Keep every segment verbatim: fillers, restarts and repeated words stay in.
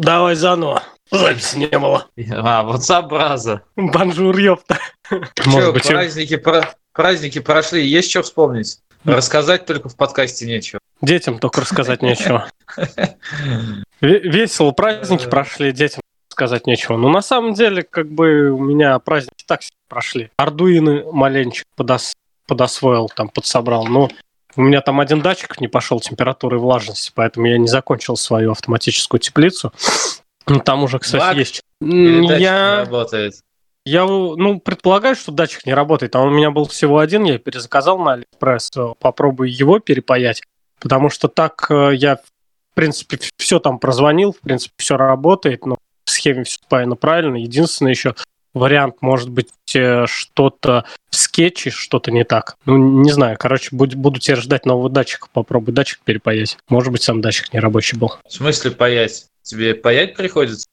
Давай заново. Записи не было. А, вот собраза. Бонжур, ёпта. Че, праздники, про... праздники прошли, есть что вспомнить? Рассказать только в подкасте нечего. Детям только рассказать нечего. Весело праздники прошли, детям сказать нечего. Но на самом деле, как бы у меня праздники так себе прошли. Ардуины маленечко подос... подосвоил, там, подсобрал. Но у меня там один датчик не пошел температуры и влажности, поэтому я не закончил свою автоматическую теплицу. Ну, там уже, кстати, Баг? есть. Или датчик я... не работает? Я, ну, предполагаю, что датчик не работает, а у меня был всего один, я перезаказал на Алиэкспресс, попробую его перепаять, потому что так я, в принципе, все там прозвонил, в принципе, все работает, но в схеме все спаяно правильно. Единственный еще вариант, может быть, что-то в скетче, что-то не так. Ну, не знаю, короче, буду, буду теперь ждать нового датчика, попробую датчик перепаять. Может быть, сам датчик не рабочий был. В смысле паять? Тебе паять приходится?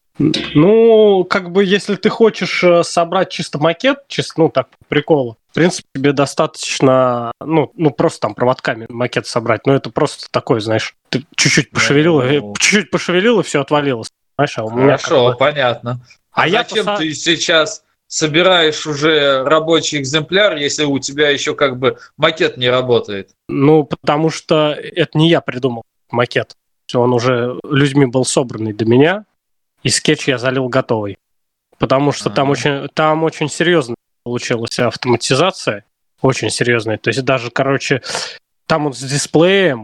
Ну, как бы, если ты хочешь собрать чисто макет, чисто, ну, так, по приколу, в принципе, тебе достаточно, ну, ну, просто там проводками макет собрать. Но это просто такое, знаешь, ты чуть-чуть пошевелил, ну... чуть-чуть пошевелил, и все отвалилось. Знаешь, а у меня Хорошо, как бы... понятно. А, а зачем я ты сейчас собираешь уже рабочий экземпляр, если у тебя еще как бы макет не работает? Ну, потому что это не я придумал макет. Он уже людьми был собранный до меня. И скетч я залил готовый. Потому что там очень, там очень серьезно получилась автоматизация. Очень серьезная. То есть даже, короче, там вот с дисплеем,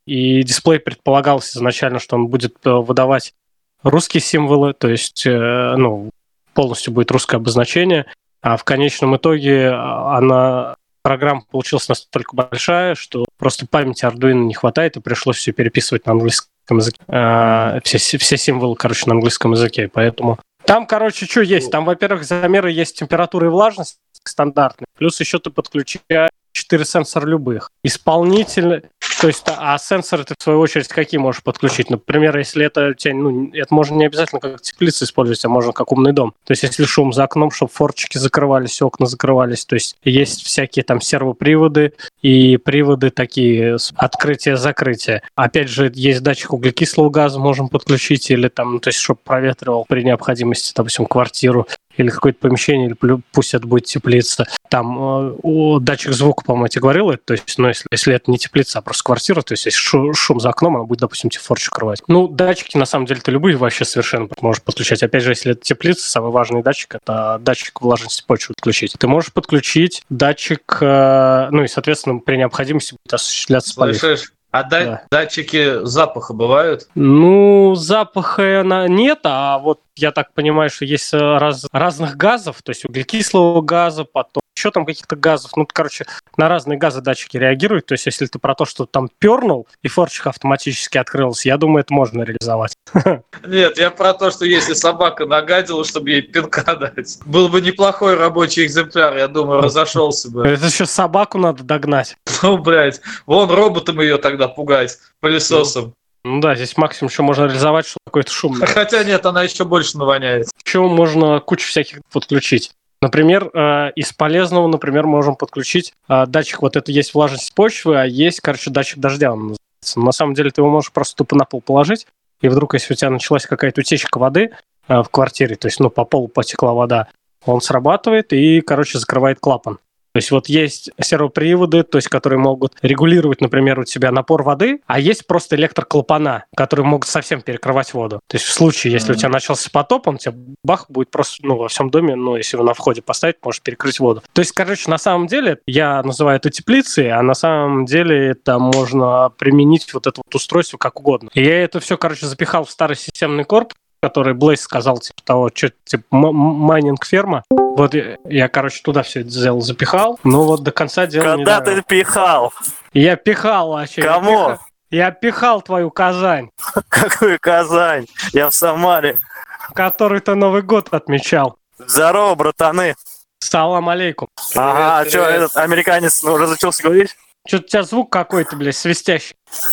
и дисплей предполагалось изначально, что он будет выдавать русские символы, то есть, ну, полностью будет русское обозначение, а в конечном итоге она, программа получилась настолько большая, что просто памяти Arduino не хватает, и пришлось все переписывать на английском языке. А, все, все символы, короче, на английском языке, поэтому... Там, короче, что есть? Там, во-первых, замеры есть температура и влажность стандартные, плюс еще ты подключаешь четыре сенсора любых. Исполнитель... То есть, а сенсоры ты, в свою очередь, какие можешь подключить? Например, если это... Ну, это можно не обязательно как теплицу использовать, а можно как умный дом. То есть, если шум за окном, чтобы форточки закрывались, окна закрывались. То есть, есть всякие там сервоприводы и приводы такие, открытие-закрытие. Опять же, есть датчик углекислого газа, можем подключить, или там, то есть, чтобы проветривал при необходимости, допустим, квартиру или какое-то помещение, или пусть это будет теплица. Там э, датчик звука, по-моему, я тебе говорил, то есть, ну, если, если это не теплица, а просто квартира, то есть, если шум, шум за окном, она будет, допустим, тебе форточку открывать. Ну, датчики, на самом деле-то любые вообще совершенно можешь подключать. Опять же, если это теплица, самый важный датчик – это датчик влажности почвы подключить. Ты можешь подключить датчик, э, ну, и, соответственно, при необходимости будет осуществляться полив. Слышишь? А да. Да. датчики запаха бывают? Ну, запаха нет, а вот я так понимаю, что есть раз, разных газов, то есть углекислого газа, потом еще там каких-то газов. Ну, короче, на разные газы датчики реагируют. То есть, если ты про то, что там пернул, и форчик автоматически открылся, я думаю, это можно реализовать. Нет, я про то, что если собака нагадила, чтобы ей пинка дать. Был бы неплохой рабочий экземпляр, я думаю, разошелся бы. Это еще собаку надо догнать. Ну, блядь, вон роботом ее тогда пугать, пылесосом. Ну да, здесь максимум еще можно реализовать, что какой-то шум. Хотя нет, она еще больше навоняет. Еще можно кучу всяких подключить. Например, из полезного, например, можем подключить датчик, вот это есть влажность почвы, а есть, короче, датчик дождя он называется. На самом деле ты его можешь просто тупо на пол положить, и вдруг, если у тебя началась какая-то утечка воды в квартире, то есть, ну, по полу потекла вода, он срабатывает и, короче, закрывает клапан. То есть вот есть сервоприводы, то есть, которые могут регулировать, например, у тебя напор воды, а есть просто электроклапана, которые могут совсем перекрывать воду. То есть в случае, если mm-hmm. у тебя начался потоп, он у тебя бах будет просто, ну, во всем доме, ну, если его на входе поставить, может перекрыть воду. То есть, короче, на самом деле, я называю это теплицей, а на самом деле это можно применить вот это вот устройство как угодно. И я это все, короче, запихал в старый системный корпус, который Блейз сказал, типа того, что типа майнинг-ферма. Вот я, я, короче, туда все это сделал, запихал. Ну вот до конца дела Когда ты пихал? Я пихал вообще. Кому? Я пихал, я пихал твою Казань. Какую Казань? Я в Самаре. Который ты Новый год отмечал. Здорово, братаны. Салам алейкум. Ага, а что, этот американец ну, разучился говорить? Что-то у тебя звук какой-то, блядь, свистящий.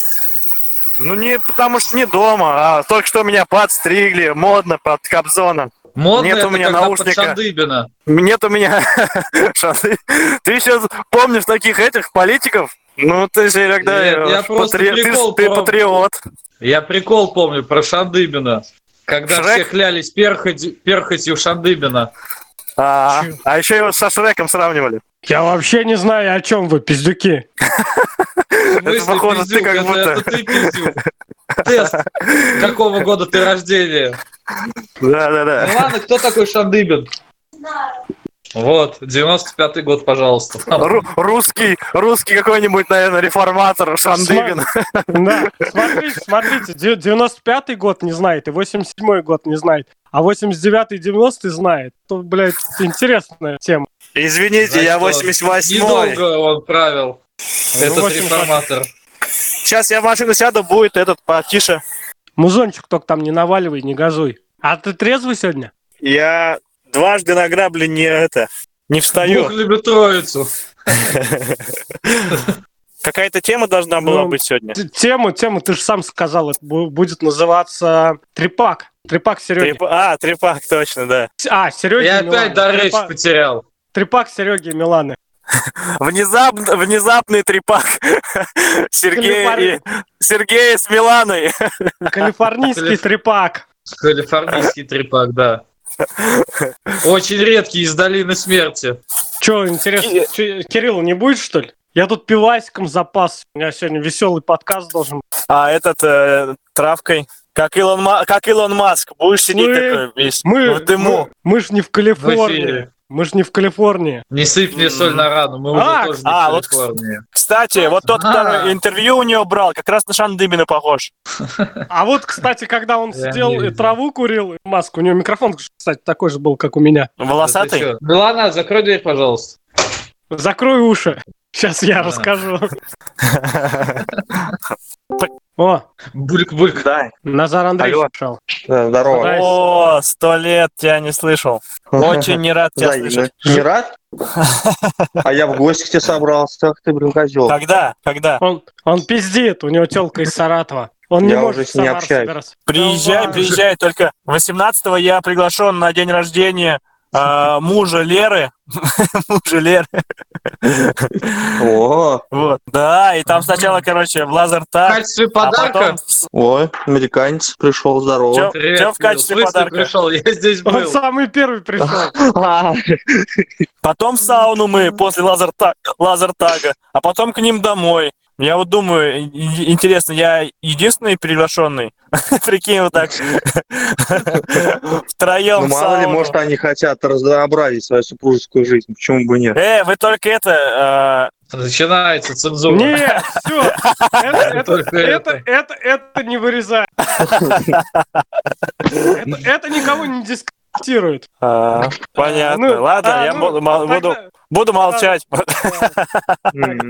Ну, не потому что не дома, а только что меня подстригли, модно, под Кобзоном. Модно нет это у меня наушника. Шандыбина. Нет у меня Шанды. Ты еще помнишь таких этих политиков? Ну, ты же иногда Нет, я просто патри... прикол ты, ты помню. патриот. Я прикол помню про Шандыбина. Когда Шрек? все клялись перхоть, перхотью Шандыбина. А, а еще его со Шреком сравнивали. Я вообще не знаю, о чем вы, пиздюки. В смысле, похоже, ты пиздюк? как Это, будто- это ты, пиздюк. Тест. Какого года ты рождения? Да-да-да. Ну ладно, кто такой Шандыбин? Вот, девяносто пятый год, пожалуйста. Ру- русский, русский какой-нибудь, наверное, реформатор Шандыбин. Да, смотрите, смотрите, де- девяносто пятый год не знает, и восемьдесят седьмой год не знает, а восемьдесят девятый и девяностый знает. То, блядь, интересная тема. Извините, я восемьдесят восьмой. Недолго он правил, этот восемьдесят восьмой. реформатор. Сейчас я в машину сяду, будет этот потише. Музончик только там не наваливай, не газуй. А ты трезвый сегодня? Я дважды на грабли не это, не Бог встаю. любит троицу. Какая-то тема должна была Ну, быть сегодня. Т- Тему, тему, ты же сам сказал, это бу- будет называться трепак. Трепак Сереги. Треп- А, трепак, точно, да. А, Сереги Я и Миланы. опять дар речи Трепак, потерял. трепак Сереги и Миланы. Внезапно, внезапный трепак Сергея, и, Сергея с Миланой. Калифорнийский Калиф- трепак. Калифорнийский трепак, да. Очень редкий из долины смерти. Че, интересно, чё, Кирилл, не будет, что ли? Я тут пивасиком запас. У меня сегодня веселый подкаст должен быть. А этот э, травкой. Как Илон, Ма- как Илон Маск. Будешь сидеть Мы- такой весь Мы, в дыму. мы, мы ж не в В Калифорнии. эфире. Мы ж не в Калифорнии. Не сыпь мне соль на рану, мы А, уже тоже не а, в вот, Калифорнии. Кстати, вот тот, Ага. который интервью у него брал, как раз на Шандыбина похож. А вот, кстати, когда он Я сидел не и видел. траву курил, маску, у него микрофон, кстати, такой же был, как у меня. Волосатый. Да ты чё? Милана, закрой дверь, пожалуйста. Закрой уши. Сейчас я Да. расскажу. О, Бульк-бульк. Да. Назар Андреевич Алло. пришел. Да, здорово. Да. О, сто лет тебя не слышал. Очень не рад тебя Взаимно. слышать. Не рад? А я в гости к тебе собрался. Ах ты, блин, козел. Когда? Когда? Он, он пиздит, у него телка из Саратова. Он не Я может уже в с ней Самару общаюсь. собираться. Приезжай, Да ладно. приезжай. Только восемнадцатого я приглашен на день рождения а, мужа Леры. Мужа Леры. О, Вот. Да, и там сначала, короче, в В лазертаг, качестве а подарка? потом... ой, американец пришел, здорово. Чё? Привет, Чё в качестве Кирилл. В смысле подарка? пришел? Я здесь Он был. самый первый пришел. А, Потом в сауну мы после лазерта- лазертага, а потом к ним домой. Я вот думаю, и- и- интересно, я единственный приглашенный? Прикинь, вот так втроем Ну, в мало ли, сауну. может, они хотят разнообразить свою супружескую жизнь. Почему бы нет? Э, вы только это... Начинается цензура. Нет, все. Это, это, Только это, это. это, это не вырезай. Это, это никого не дискредитирует. э, а, понятно. Ну, Ладно, а, я ну, буду, мол- буду, тогда- буду молчать. М.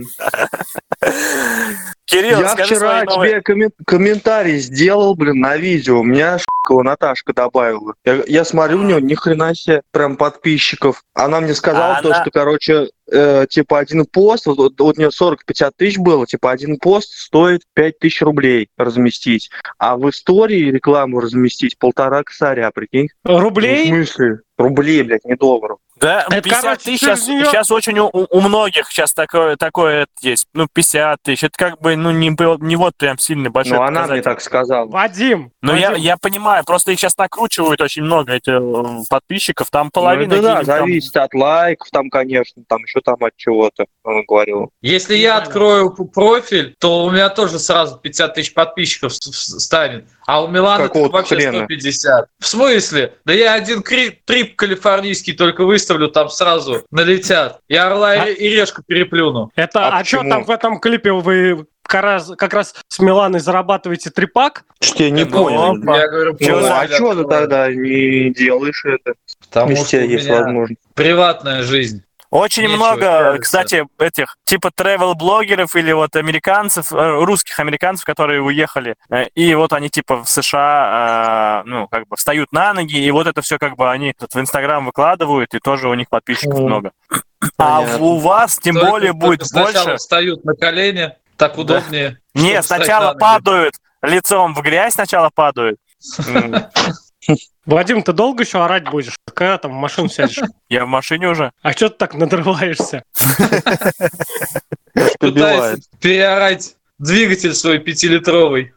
Кирилл, Я скажи вчера свои новые... тебе коммен- комментарий сделал, блин, на видео. Меня Шкова Наташка добавила. Я, я смотрю, у нее ни хрена себе прям подписчиков. Она мне сказала А то, она- что, короче, э, типа один пост, вот, вот, вот у нее сорок-пятьдесят тысяч было, типа один пост стоит пять тысяч рублей разместить. А в истории рекламу разместить полтора косаря, прикинь? Ну, в Рублей? смысле? Рублей, блядь, не долларов. Да, Это, пятьдесят короче, тысяч через сейчас, неё- сейчас очень у, у многих сейчас такое, такое есть. Ну, пятьдесят тысяч. Это как бы, ну, не, был- не вот прям сильно большой Ну, она мне показатель. так сказала. Вадим. Ну, я, Вадим, я понимаю, просто их сейчас накручивают очень много, эти э, подписчиков. Там половина... Ну, это да, какие-нибудь там- зависит от лайков, там, конечно, там еще там от чего-то, он говорил. Если я открою п- профиль, то у меня тоже сразу пятьдесят тысяч подписчиков с- с- станет. А у Миланы Какого так вообще хрена? сто пятьдесят. В смысле? Да я один кри- трип калифорнийский только выставлю, там сразу налетят. Я орла А- и, и решку переплюну. Это, А а что почему? там в этом клипе вы как раз, как раз с Миланой зарабатываете трепак? Что я не Я говорю, понял. Опа. Я говорю, Ну, профиль а что ты открою. тогда не делаешь это? Потому Если у что тебя у есть меня возможность. приватная жизнь. Очень Нечего много, пиариться. кстати, этих типа travel-блогеров или вот американцев, э, русских американцев, которые уехали, э, и вот они типа в США, э, ну, как бы встают на ноги, и вот это все как бы они тут в Инстаграм выкладывают, и тоже у них подписчиков Мгм. много. А Понятно. у вас тем Только- более только будет сначала больше. встают на колени, так удобнее. Не, чтобы встать сначала на ноги. падают лицом в грязь, сначала падают. М, Вадим, ты долго еще орать будешь? Когда там в машину сядешь? Я в машине уже. А что ты так надрываешься? Побивает. Пытается переорать двигатель свой пятилитровый.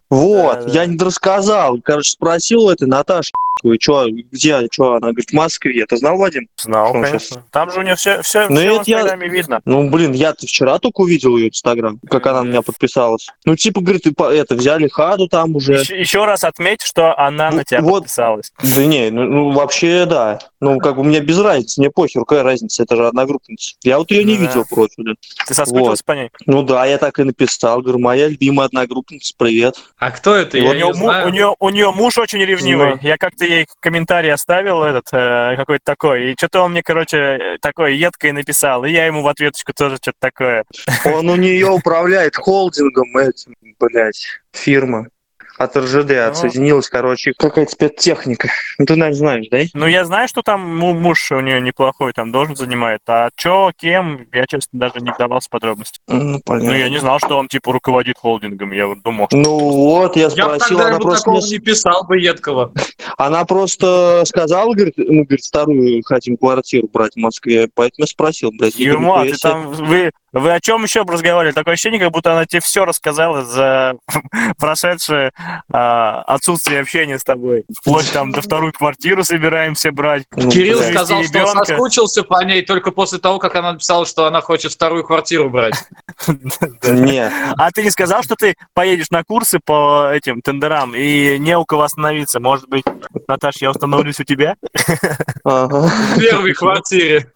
Вот, да, я да. не рассказал. Короче, спросил это Наташа, что, где, что, она говорит, в Москве. Ты знал, Вадим? Знал, конечно. Сейчас... Там же у нее все, все, ну, все в Инстаграме я... видно. Ну, блин, я-то вчера только увидел ее Инстаграм, как mm-hmm. она на меня подписалась. Ну, типа, говорит, это, взяли хату там уже. Еще, еще раз отметь, что она ну, на тебя вот, подписалась. Да не, ну, ну, вообще, да. Ну, как бы мне без разницы, мне похер, какая разница, это же одногруппница. Я вот ее не да. видел профиля. Ты соскучился вот. по ней? Ну да, я так и написал, говорю, моя любимая одногруппница, привет. А кто это? Я у, нее, у, нее, у нее муж очень ревнивый. Да. Я как-то ей комментарий оставил этот, э, какой-то такой, и что-то он мне, короче, такое едкое написал, и я ему в ответочку тоже что-то такое. Он у нее управляет холдингом этим, блядь, фирма. От эр жэ дэ отсоединилась, короче, какая-то спецтехника. Ну, ты, наверное, знаешь, да? Ну, я знаю, что там муж у нее неплохой, там должность занимает. А чё, кем, я, честно, даже не вдавался в подробности. Ну, понятно. Ну, я не знал, что он, типа, руководит холдингом. Я вот думал, что... Ну, вот, я спросил, я тогда она ему просто... такого не писал бы едкого. Она просто сказала, говорит, мы, говорит, вторую хотим квартиру брать в Москве, поэтому я спросил, блядь. Юрма, ты там... Вы... Вы о чем еще разговаривали? Такое ощущение, как будто она тебе все рассказала за прошедшее а, отсутствие общения с тобой. Вплоть там до вторую квартиру собираемся брать. Ну, Кирилл сказал, ребенка. Что он соскучился по ней только после того, как она написала, что она хочет вторую квартиру брать. Нет. А ты не сказал, что ты поедешь на курсы по этим тендерам и не у кого остановиться? Может быть, Наташ, я установлюсь у тебя? В первой квартире.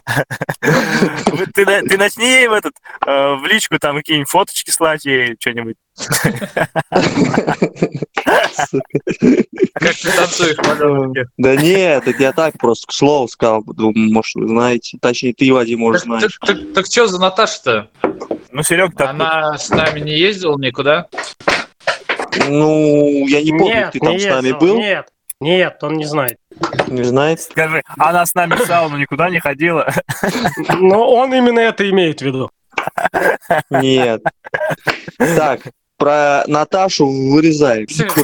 Ты начни в этот э, в личку там какие-нибудь фоточки слать ей, что-нибудь. Как ты танцуешь? Да нет, это я так просто к слову сказал. Может, вы знаете. Точнее, ты, Вадим, может, знаешь. Так что за Наташа-то? Ну, Серега, она с нами не ездила никуда? Ну, я не помню, ты там с нами был? Нет. Нет, он не знает. Не знает? Скажи, она с нами в сауну никуда не ходила? Ну, он именно это имеет в виду. Нет. Так, про Наташу вырезаем.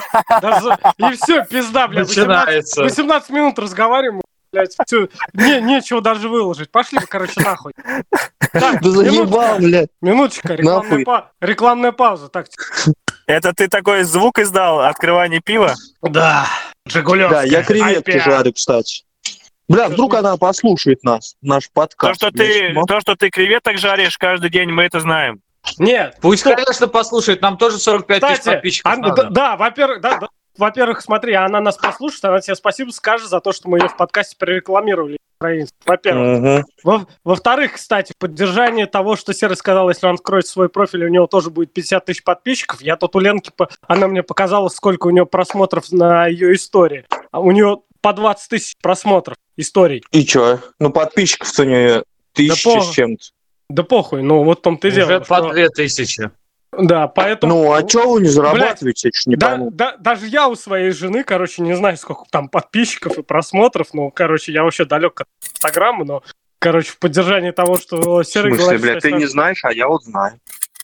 И все, пизда, блядь. Начинается. восемнадцать минут разговариваем, блядь, все. Не, нечего даже выложить. Пошли, короче, нахуй. Да заебал, блядь. Минуточка, рекламная пауза. Так. Это ты такой звук издал, открывание пива? Да, Жигулевская. Да, я креветки жарю, кстати. Бля, вдруг она послушает нас, наш подкаст. То, что ты, то, что ты креветок жаришь каждый день, мы это знаем. Нет. Пусть, что? Конечно, послушает. Нам тоже сорок пять тысяч подписчиков а, надо. Да, да, во-первых, да, да. Во-первых, смотри, она нас послушает, она тебе спасибо скажет за то, что мы ее в подкасте прорекламировали. Во-первых. Uh-huh. Во- во-вторых, кстати, поддержание того, что Серый сказал, если он откроет свой профиль, у него тоже будет пятьдесят тысяч подписчиков. Я тут у Ленки, по... она мне показала, сколько у нее просмотров на ее истории. А у нее по двадцать тысяч просмотров историй. И чё? Ну, подписчиков-то у нее тысяча да с чем-то. Да похуй, ну вот в том-то и дело. Уже по две тысячи. Да, поэтому... Ну, а чё вы не зарабатываете, я чё не да, пойму. Да, даже я у своей жены, короче, не знаю, сколько там подписчиков и просмотров, ну, короче, я вообще далек от Инстаграма, но, короче, в поддержании того, что Серый говорит... В смысле, блядь, ты не знаешь, а я вот знаю.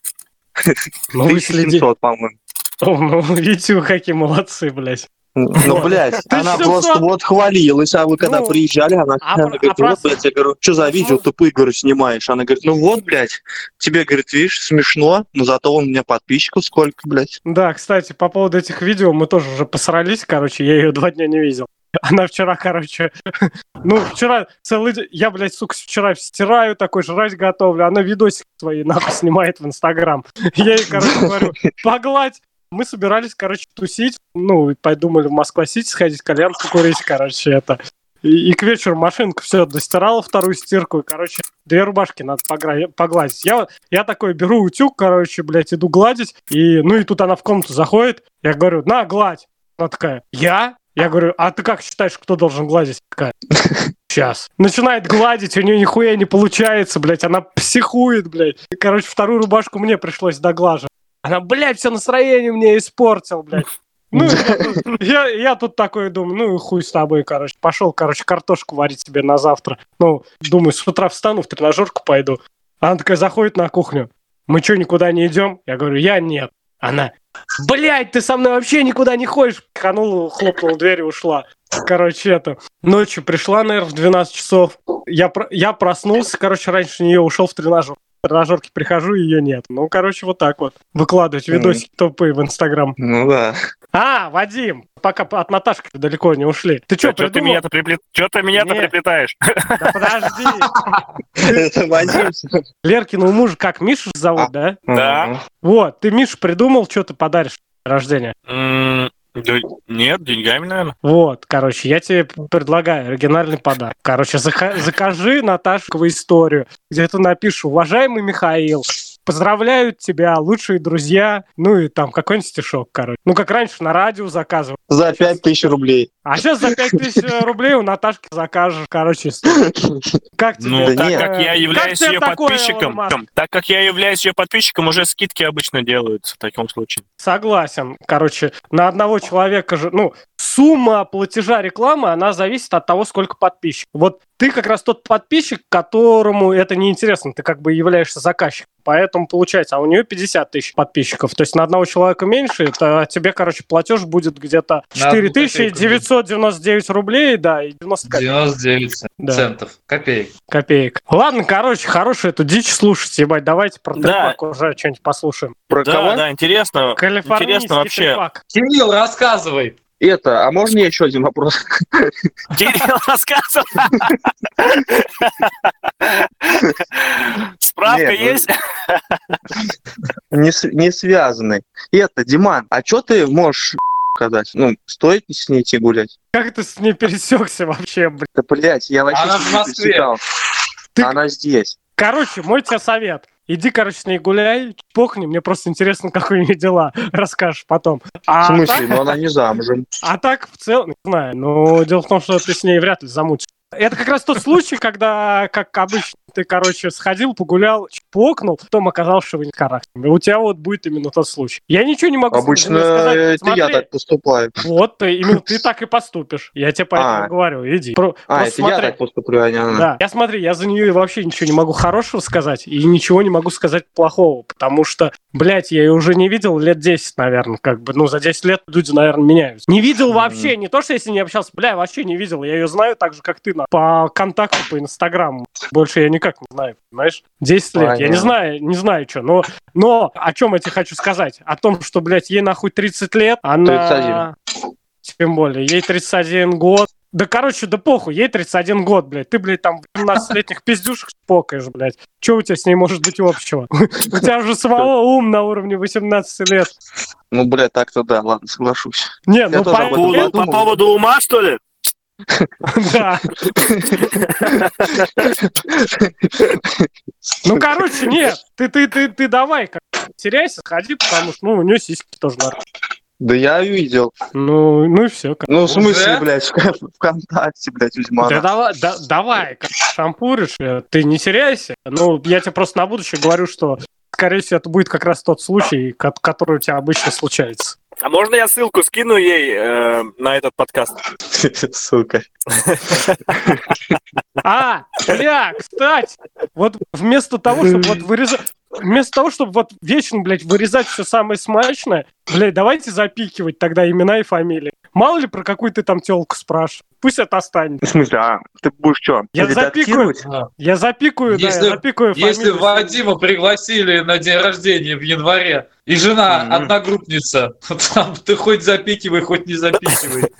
Ну, тысяча семьсот, по-моему. Ну, видите, вы какие молодцы, блядь. Ну, блядь, она просто вот хвалилась, а вы когда приезжали, она говорит, вот, блядь, я говорю, что за видео тупые, говорю, снимаешь? Она говорит, ну вот, блядь, тебе, говорит, видишь, смешно, но зато у меня подписчиков сколько, блядь. Да, кстати, по поводу этих видео мы тоже уже посрались, короче, я ее два дня не видел. Она вчера, короче, ну, вчера целый день, я, блядь, сука, вчера стираю, такой жрать готовлю, она видосик свои, нахуй, снимает в Инстаграм. Я ей, короче, говорю, погладь. Мы собирались, короче, тусить, ну, подумали в Москва-Сити сходить, кальян покурить, короче, это. И, и к вечеру машинка все достирала вторую стирку, и, короче, две рубашки надо погра- погладить. Я, я такой беру утюг, короче, блядь, иду гладить, и, ну, и тут она в комнату заходит, я говорю, на, гладь. Она такая, я? Я говорю, а ты как считаешь, кто должен гладить? Такая, сейчас. Начинает гладить, у нее нихуя не получается, блядь, она психует, блядь. И, короче, вторую рубашку мне пришлось доглаживать. Она, блядь, все настроение мне испортил, блядь. Ну, я тут, я, я тут такой думаю, ну, хуй с тобой, короче. Пошел, короче, картошку варить себе на завтра. Ну, думаю, с утра встану, в тренажерку пойду. Она такая заходит на кухню. Мы что, никуда не идем? Я говорю, я нет. Она, блядь, ты со мной вообще никуда не ходишь. Ханула, хлопнула дверь и ушла. Короче, это... Ночью пришла, наверное, в двенадцать часов. Я, я проснулся, короче, раньше нее ушел в тренажер. тренажерки прихожу, ее нет. Ну, короче, вот так вот. Выкладывать видосики тупые в Инстаграм. Ну да. А, Вадим, пока от Наташки далеко не ушли. Ты что, Что ты меня-то приплет... ты меня-то приплетаешь? Да подожди. Это Вадим. Леркину мужа как, Мишу зовут, да? Да. Вот, ты Мишу придумал, что ты подаришь на рождение? Да нет, деньгами, наверное. Вот, короче, я тебе предлагаю оригинальный подарок. Короче, заха- закажи Наташкову историю, где ты напишешь: уважаемый Михаил, поздравляют тебя, лучшие друзья, ну и там какой-нибудь стишок, короче. Ну, как раньше на радио заказывал. За пять тысяч рублей. А сейчас за пять тысяч рублей у Наташки закажешь, короче. Как тебе? Ну, так э, как я являюсь тебе ее такое, подписчиком, Илон Маск? так как я являюсь ее подписчиком, уже скидки обычно делаются в таком случае. Согласен. Короче, на одного человека же, ну, сумма платежа рекламы, она зависит от того, сколько подписчиков. Вот ты как раз тот подписчик, которому это неинтересно, ты как бы являешься заказчиком. Поэтому получается, а у нее пятьдесят тысяч подписчиков. То есть на одного человека меньше, это тебе, короче, платеж будет где-то четыре тысячи девятьсот девяносто девять рублей, да, и девяносто копеек. девяносто девять центов. Да. Копеек. Копеек. Ладно, короче, хорошую эту дичь слушать, ебать. Давайте про да. трипак уже что-нибудь послушаем. Про да, кого? Да, интересно. Интересно вообще. Трипак. Кирилл, рассказывай. Это, а можно еще один вопрос? Кирилл рассказывай. Справка есть? Не, не связанный. Это, Диман, а что ты можешь сказать? Ну, стоит с ней идти гулять? Как ты с ней пересекся вообще, блядь? Да, блядь, я вообще Она с в ней Москве. пересекал. Ты... Она здесь. Короче, мой тебе совет. Иди, короче, с ней гуляй, похни, мне просто интересно, как у нее дела, расскажешь потом. А В смысле? так... Ну, она не замужем. А так, в целом, не знаю, но дело в том, что ты с ней вряд ли замутишь. Это как раз тот случай, когда, как обычно, ты, короче, сходил, погулял, чпокнул, потом оказалось, что вы не характер. У тебя вот будет именно тот случай. Я ничего не могу Обычно сказать. это Смотри, я так поступаю. Вот, ты, именно ты так и поступишь. Я тебе поэтому А. говорю, иди. Про, А, это смотри. я так поступлю, а не она. Да, я смотри, я за нее вообще ничего не могу хорошего сказать, и ничего не могу сказать плохого, потому что, блядь, я ее уже не видел лет десять, наверное, как бы, ну, за десять лет люди, наверное, меняются. Не видел вообще, не то, что если не общался, бля, вообще не видел, я ее знаю так же, как ты, на, по контакту, по инстаграму. Больше я никак не знаю, понимаешь? десять лет, Понятно. Я не знаю, не знаю, что, но, но о чем я тебе хочу сказать? О том, что, блядь, ей нахуй тридцать лет, она... тридцать один. Тем более, ей тридцать один год. Да, короче, да похуй, ей тридцать один год, блядь. Ты, блядь, там восемнадцатилетних пиздюшек покаешь, блядь. Че у тебя с ней может быть общего? У тебя уже самого ум на уровне восемнадцати лет. Ну, блядь, так-то да, ладно, соглашусь. Не, ну по По поводу ума, что ли? Да. Ну, короче, нет. Ты, ты, ты, ты давай, как теряйся, сходи, потому что, ну, у нее сиськи тоже нормально. Да я видел. Ну, ну и все. Ну, в смысле, блядь, ВКонтакте, блядь, Узьмана. Да давай, да, давай, как шампуришь, ты не теряйся. Ну, я тебе просто на будущее говорю, что, скорее всего, это будет как раз тот случай, который у тебя обычно случается. А можно я ссылку скину ей э, на этот подкаст? Сука. А, бля, кстати, вот вместо того, чтобы вот вырезать... Вместо того, чтобы вот вечно, блядь, вырезать все самое смачное, блядь, давайте запикивать тогда имена и фамилии. Мало ли про какую ты там телку спрашиваешь. Пусть это останется. В смысле, а ты будешь что, я запикаю, я запикаю, если, да, я запикаю фамилию. Если Вадима пригласили на день рождения в январе, и жена mm-hmm. одногруппница, там ты хоть запикивай, хоть не запикивай.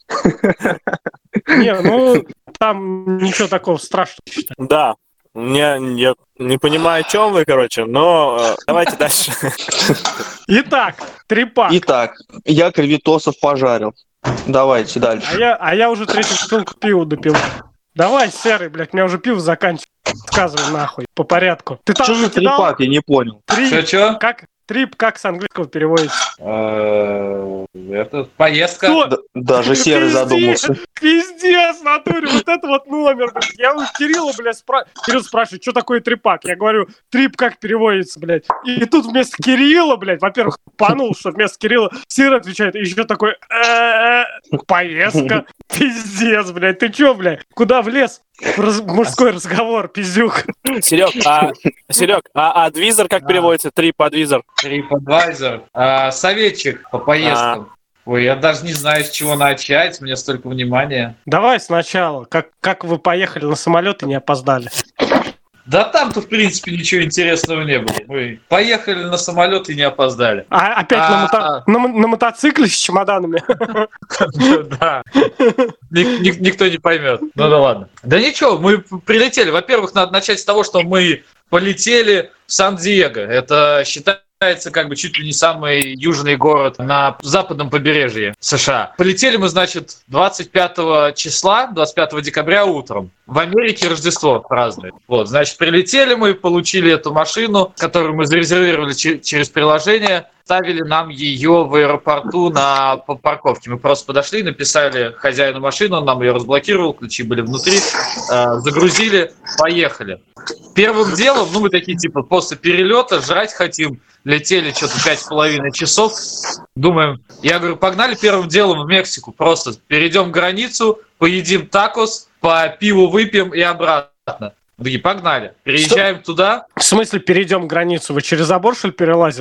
Не, ну, там ничего такого страшного. Да. Я, я не понимаю, о чем вы, короче, но э, давайте дальше. Итак, трипак. Итак, я кривитосов пожарил. Давайте дальше. А я, а я уже третью бутылку пива допил. Давай, серый, блядь, у меня уже пиво заканчивается. Сказывай нахуй, по порядку. Ты там что за трипак, я не понял. Чё-чё? Как? Трип как с английского переводится? Это поездка. Д- даже серый задумался. Пиздец, в натуре, вот это вот номер. Я у Кирилла, блядь, спра... Кирилл спрашивает, что такое трипак? Я говорю, трип как переводится, блядь. И тут вместо Кирилла, блядь, во-первых, панул, что вместо Кирилла Сир отвечает, и еще такой, поездка. Пиздец, блядь, ты чё, блядь? Куда влез? Раз... Мужской разговор, пиздюк. Серег, а, Серег, а адвизор как переводится? Трип-адвизор. Трип-адвайзер. А, советчик по поездкам. А. Ой, я даже не знаю, с чего начать, мне столько внимания. Давай сначала. Как, как вы поехали на самолет и не опоздали? Да там-то, в принципе, ничего интересного не было. Мы поехали на самолет и не опоздали. А опять на, мото... на, на мотоцикле с чемоданами? Да. Никто не поймет. Ну да ладно. Да ничего, мы прилетели. Во-первых, надо начать с того, что мы полетели в Сан-Диего. Это считается как бы чуть ли не самый южный город на западном побережье США. Полетели мы, значит, двадцать пятого числа, двадцать пятого декабря утром. В Америке Рождество празднуют. Вот, значит, прилетели мы, получили эту машину, которую мы зарезервировали ч- через приложение, ставили нам ее в аэропорту на парковке. Мы просто подошли, написали хозяину машину, он нам ее разблокировал, ключи были внутри, э, загрузили, поехали. Первым делом, ну мы такие типа после перелета жрать хотим, летели что-то пять с половиной часов, думаем, я говорю, погнали первым делом в Мексику, просто перейдем границу, поедим такос, по пиву выпьем и обратно. Мы такие, погнали, переезжаем что? Туда. В смысле перейдем границу? Вы через забор, что ли, перелазили?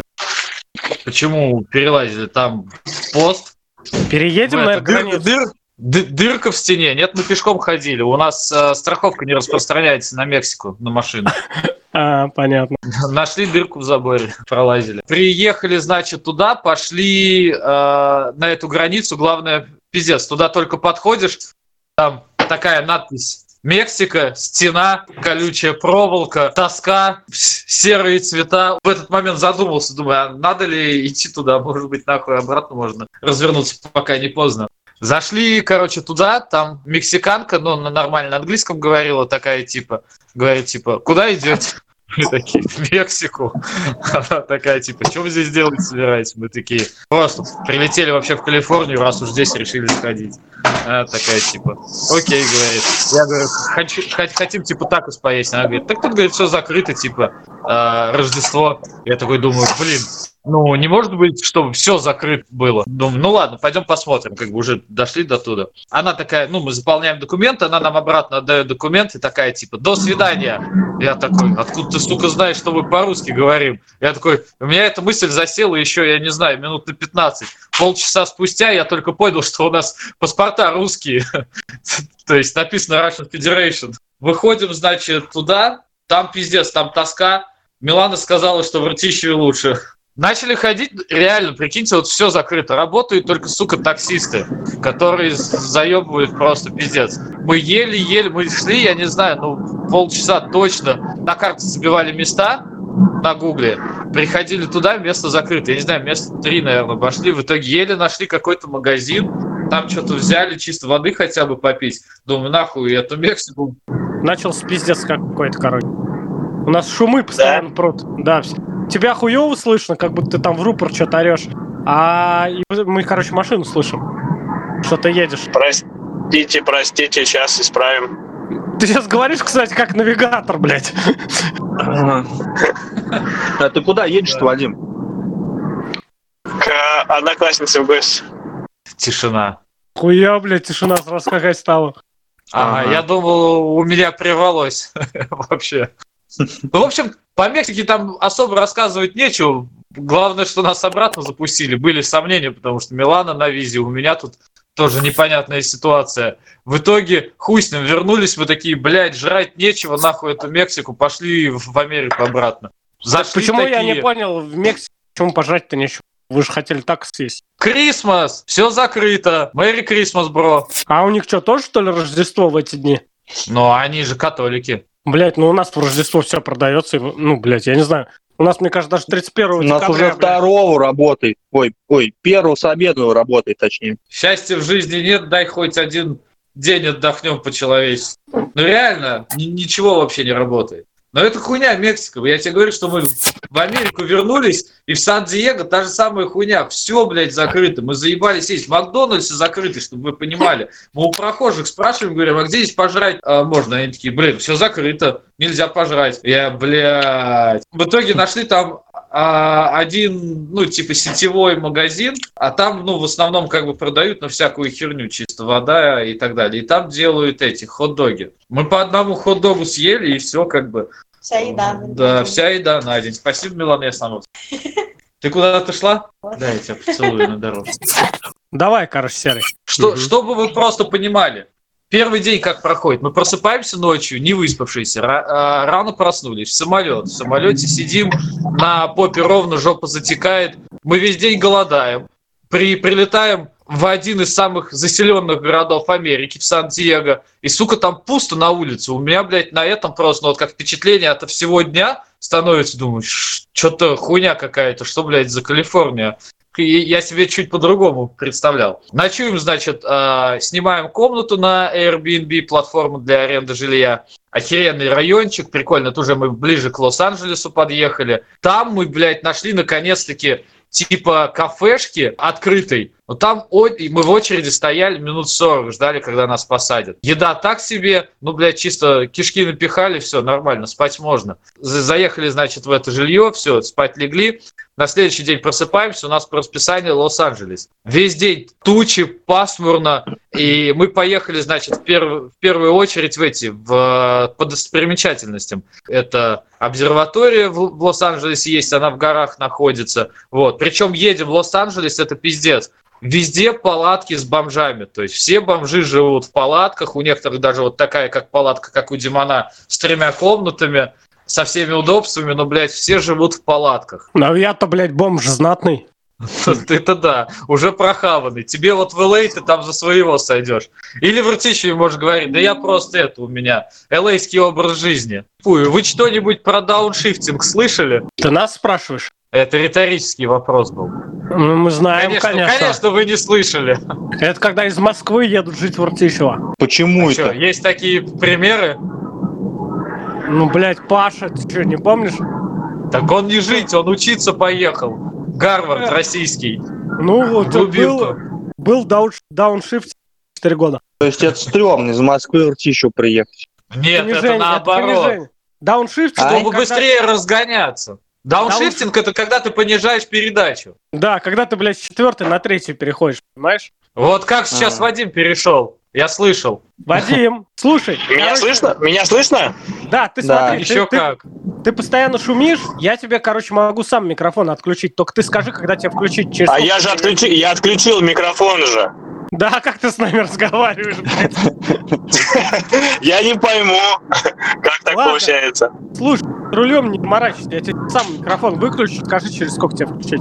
Почему перелазили? Там пост. Переедем на границу? Дыр, дыр, дырка в стене. Нет, мы пешком ходили. У нас э, страховка не распространяется на Мексику, на машину. А, понятно. Нашли дырку в заборе, пролазили. Приехали, значит, туда, пошли э, на эту границу. Главное, пиздец, туда только подходишь, там такая надпись. Мексика, стена, колючая проволока, тоска, серые цвета. В этот момент задумался, думаю, а надо ли идти туда? Может быть, нахуй обратно можно развернуться, пока не поздно. Зашли, короче, туда, там мексиканка, ну, на нормально английском говорила, такая типа, говорит, типа, куда идете? Мы такие, в Мексику. Она такая, типа, что вы здесь делать собираетесь? Мы такие, просто прилетели вообще в Калифорнию, раз уж здесь решили сходить. Она такая, типа, окей, говорит. Я говорю, хочу, хотим, типа, такос поесть. Она говорит, так тут, говорит, все закрыто, типа, э, Рождество. Я такой думаю, блин, ну, не может быть, чтобы все закрыто было. Думаю, ну ладно, пойдем посмотрим, как бы уже дошли до туда. Она такая, ну, мы заполняем документы, она нам обратно отдает документы, такая, типа, до свидания. Я такой, откуда ты, сука, знаешь, что мы по-русски говорим? Я такой, у меня эта мысль засела еще, я не знаю, минут на пятнадцать. Полчаса спустя я только понял, что у нас паспорта русские. То есть написано Russian Federation. Выходим, значит, туда, там пиздец, там тоска. Милана сказала, что в Ртищеве лучше. Начали ходить, реально, прикиньте, вот все закрыто. Работают только, сука, таксисты, которые заебывают просто пиздец. Мы еле-еле, мы шли, я не знаю, ну, полчаса точно. На карте забивали места на гугле, приходили туда, место закрыто. Я не знаю, место три, наверное, пошли. В итоге еле нашли какой-то магазин, там что-то взяли, чисто воды хотя бы попить. Думаю, нахуй эту Мексику. Начался пиздец какой-то, короче. У нас шумы постоянно да? прут. Да, все. Тебя хуёво слышно, как будто ты там в рупор что-то орёшь. А мы, короче, машину слышим. Что ты едешь. Простите, простите, сейчас исправим. Ты сейчас говоришь, кстати, как навигатор, блядь. А ты куда едешь-то, Вадим? К однокласснице в ГЭС. Тишина. Хуя, блядь, тишина сразу какая стала. Ага, я думал, у меня прервалось вообще. Ну, в общем, по Мексике там особо рассказывать нечего. Главное, что нас обратно запустили. Были сомнения, потому что Милана на визе, у меня тут тоже непонятная ситуация. В итоге, хуй с ним, вернулись мы такие, блядь, жрать нечего, нахуй эту Мексику, пошли в Америку обратно. Зашли почему такие... я не понял, в Мексике почему пожрать-то нечего? Вы же хотели так съесть. Крисмас! Все закрыто. Мэри Крисмас, бро. А у них что, тоже, что ли, Рождество в эти дни? Ну, они же католики. Блять, ну у нас в Рождество все продается. Ну, блядь, я не знаю. У нас, мне кажется, даже тридцать первого декабря. У нас уже второго работает. Ой, ой, первого с обеда работает, точнее. Счастья в жизни нет, дай хоть один день отдохнем по-человечески. Ну реально, ни- ничего вообще не работает. Но это хуйня Мексика. Я тебе говорю, что мы в Америку вернулись, и в Сан-Диего та же самая хуйня. Все, блядь, закрыто. Мы заебались есть. В Макдональдсе закрыты, чтобы вы понимали. Мы у прохожих спрашиваем, говорим, а где здесь пожрать а, можно? Они такие, блин, все закрыто, нельзя пожрать. Я, блядь. В итоге нашли там а, один, ну, типа сетевой магазин, а там, ну, в основном как бы продают, ну, всякую херню, чисто вода и так далее. И там делают эти хот-доги. Мы по одному хот-догу съели, и все как бы. Вся еда. Да, вся еда на день. Спасибо, Милана, я сама. Ты куда-то шла? Да, я тебя поцелую на дорожке. Давай, короче, Серый. Что, чтобы вы просто понимали, Первый день как проходит? Мы просыпаемся ночью, не выспавшиеся, рано проснулись, в самолет. В самолете сидим, на попе ровно, жопа затекает. Мы весь день голодаем. При, прилетаем в один из самых заселенных городов Америки, в Сан-Диего, и, сука, там пусто на улице. У меня, блядь, на этом просто, ну, вот как впечатление от всего дня становится, думаю, что-то хуйня какая-то, что, блядь, за Калифорния? Я себе чуть по-другому представлял. Ночуем, значит, снимаем комнату на Airbnb, платформу для аренды жилья. Охеренный райончик, прикольно, тоже мы ближе к Лос-Анджелесу подъехали. Там мы, блядь, нашли наконец-таки типа кафешки открытой. Но там мы в очереди стояли минут сорок, ждали, когда нас посадят. Еда так себе, ну, блядь, чисто кишки напихали, все, нормально, спать можно. Заехали, значит, в это жилье, все, спать легли. На следующий день просыпаемся, у нас по расписанию Лос-Анджелес. Весь день тучи, пасмурно, и мы поехали, значит, в, перв... в первую очередь в эти, в... по достопримечательностям. Это обсерватория в Лос-Анджелесе есть, она в горах находится. Вот. Причем едем в Лос-Анджелес, это пиздец. Везде палатки с бомжами, то есть все бомжи живут в палатках, у некоторых даже вот такая, как палатка, как у Димана, с тремя комнатами, со всеми удобствами, но, блядь, все живут в палатках. Ну я-то, блядь, бомж знатный. Ты-то да, уже прохаванный. Тебе вот в эл эй ты там за своего сойдешь. Или в Ртищеве можешь говорить, да я просто это у меня, эл эй-ский образ жизни. Фу, вы что-нибудь про дауншифтинг слышали? Ты нас спрашиваешь? Это риторический вопрос был. Ну, мы знаем, конечно, конечно. Конечно, вы не слышали. Это когда из Москвы едут жить в Ртищево. Почему А это? что, есть такие примеры? Ну, блядь, Паша, ты что, не помнишь? Так он не жить, он учиться поехал. Гарвард российский. Ну, вот Глубинку. был, был дауншифт четыре года. То есть это стрёмно из Москвы в Ртищево приехать. Нет, Понижение, это наоборот. понижение. Дауншифт, Чтобы когда- быстрее разгоняться. Дауншифтинг — это когда ты понижаешь передачу. Да, когда ты, блядь, с четвертой на третью переходишь, понимаешь? Вот как сейчас А. Вадим перешел. Я слышал. Вадим, слушай. Меня короче, слышно? Меня слышно? Да, ты Да. смотри, Еще ты, ты- как. ты постоянно шумишь, я тебе, короче, могу сам микрофон отключить, только ты скажи, когда тебе включить через... А сколько я же времени. отключил, я отключил микрофон же. Да, как ты с нами разговариваешь, блядь? Я не пойму, как так Ладно. получается. Слушай, рулем не морачься, я тебе сам микрофон выключу, скажи, через сколько тебе включить.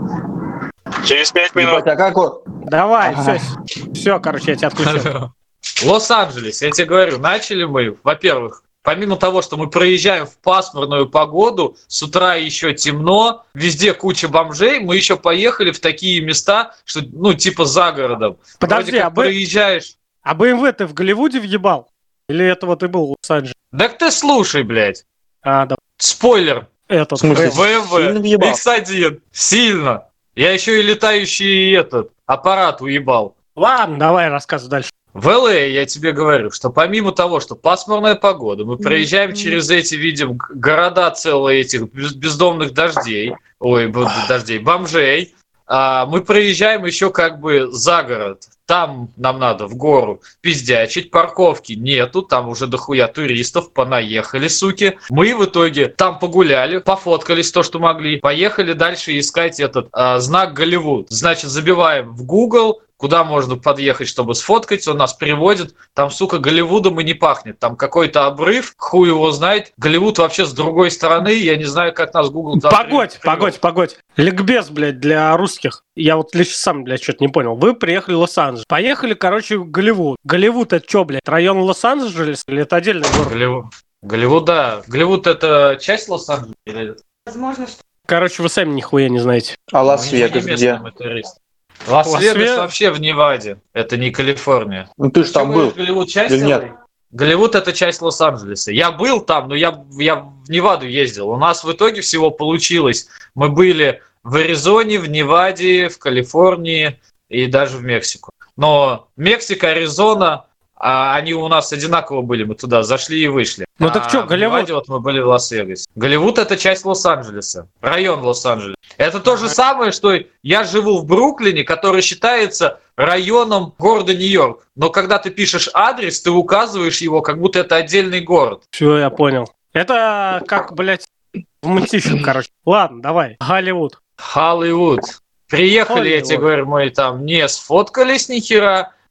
Через пять минут. Ебать, а как вот? Давай, Ага. все, все, короче, я тебя отключил. Лос-Анджелес, я тебе говорю, начали мы, во-первых, помимо того, что мы проезжаем в пасмурную погоду, с утра еще темно, везде куча бомжей, мы еще поехали в такие места, что, ну, типа за городом. Подожди, Вроде как а бы- проезжаешь... А бэ эм вэ ты в Голливуде въебал? Или это вот и был в Лос-Анджелесе? Так ты слушай, блядь. А, да, Спойлер. этот. В смысле? бэ эм вэ. Сильно въебал? икс один. Сильно. Я еще и летающий этот аппарат уебал. Ладно, давай рассказывай дальше. В эл эй я тебе говорю, что помимо того, что пасмурная погода, мы проезжаем через эти, видим, г- города целые этих без- бездомных дождей, ой, б- дождей, бомжей, а мы проезжаем еще как бы за город. Там нам надо в гору пиздячить, парковки нету, там уже дохуя туристов, понаехали, суки. Мы в итоге там погуляли, пофоткались то, что могли, поехали дальше искать этот а, знак Голливуд. Значит, забиваем в Google, куда можно подъехать, чтобы сфоткать, он нас приводит. Там, сука, Голливудом и не пахнет. Там какой-то обрыв, хуй его знает. Голливуд вообще с другой стороны, я не знаю, как нас Google... туда Погодь, привел. погодь, погодь. Ликбез, блядь, для русских. Я вот лично сам, блядь, что-то не понял. Вы приехали в Лос-Анджелес. Поехали, короче, в Голливуд. Голливуд это что, блядь, район Лос-Анджелес или это отдельный город? Голливуд. Голливуд, да. Голливуд — это часть Лос-Анджелеса? Или... Возможно, что... Короче, вы сами нихуя не знаете. А Ну, Лас-Вегас не где? местный мы туристы. Лас-Вегас Лас-Вегас? вообще в Неваде. Это не Калифорния. Ну ты же там Ты был. говоришь, Голливуд часть Или нет? Л А? Голливуд — это часть Лос-Анджелеса. Я был там, но я, я в Неваду ездил. У нас в итоге всего получилось. Мы были в Аризоне, в Неваде, в Калифорнии и даже в Мексику. Но Мексика, Аризона, а они у нас одинаково были. Мы туда зашли и вышли. Ну так А чё, в Голливуд? Неваде вот мы были в Лас-Вегасе. Голливуд — это часть Лос-Анджелеса. Район Лос-Анджелеса. Это то же самое, что я живу в Бруклине, который считается районом города Нью-Йорк. Но когда ты пишешь адрес, ты указываешь его, как будто это отдельный город. Все, я понял. Это как, блядь, в Мытищах, короче. Ладно, давай. Голливуд. Холливуд. Приехали, я тебе Холливуд. говорю, мы там не сфоткались ни хера.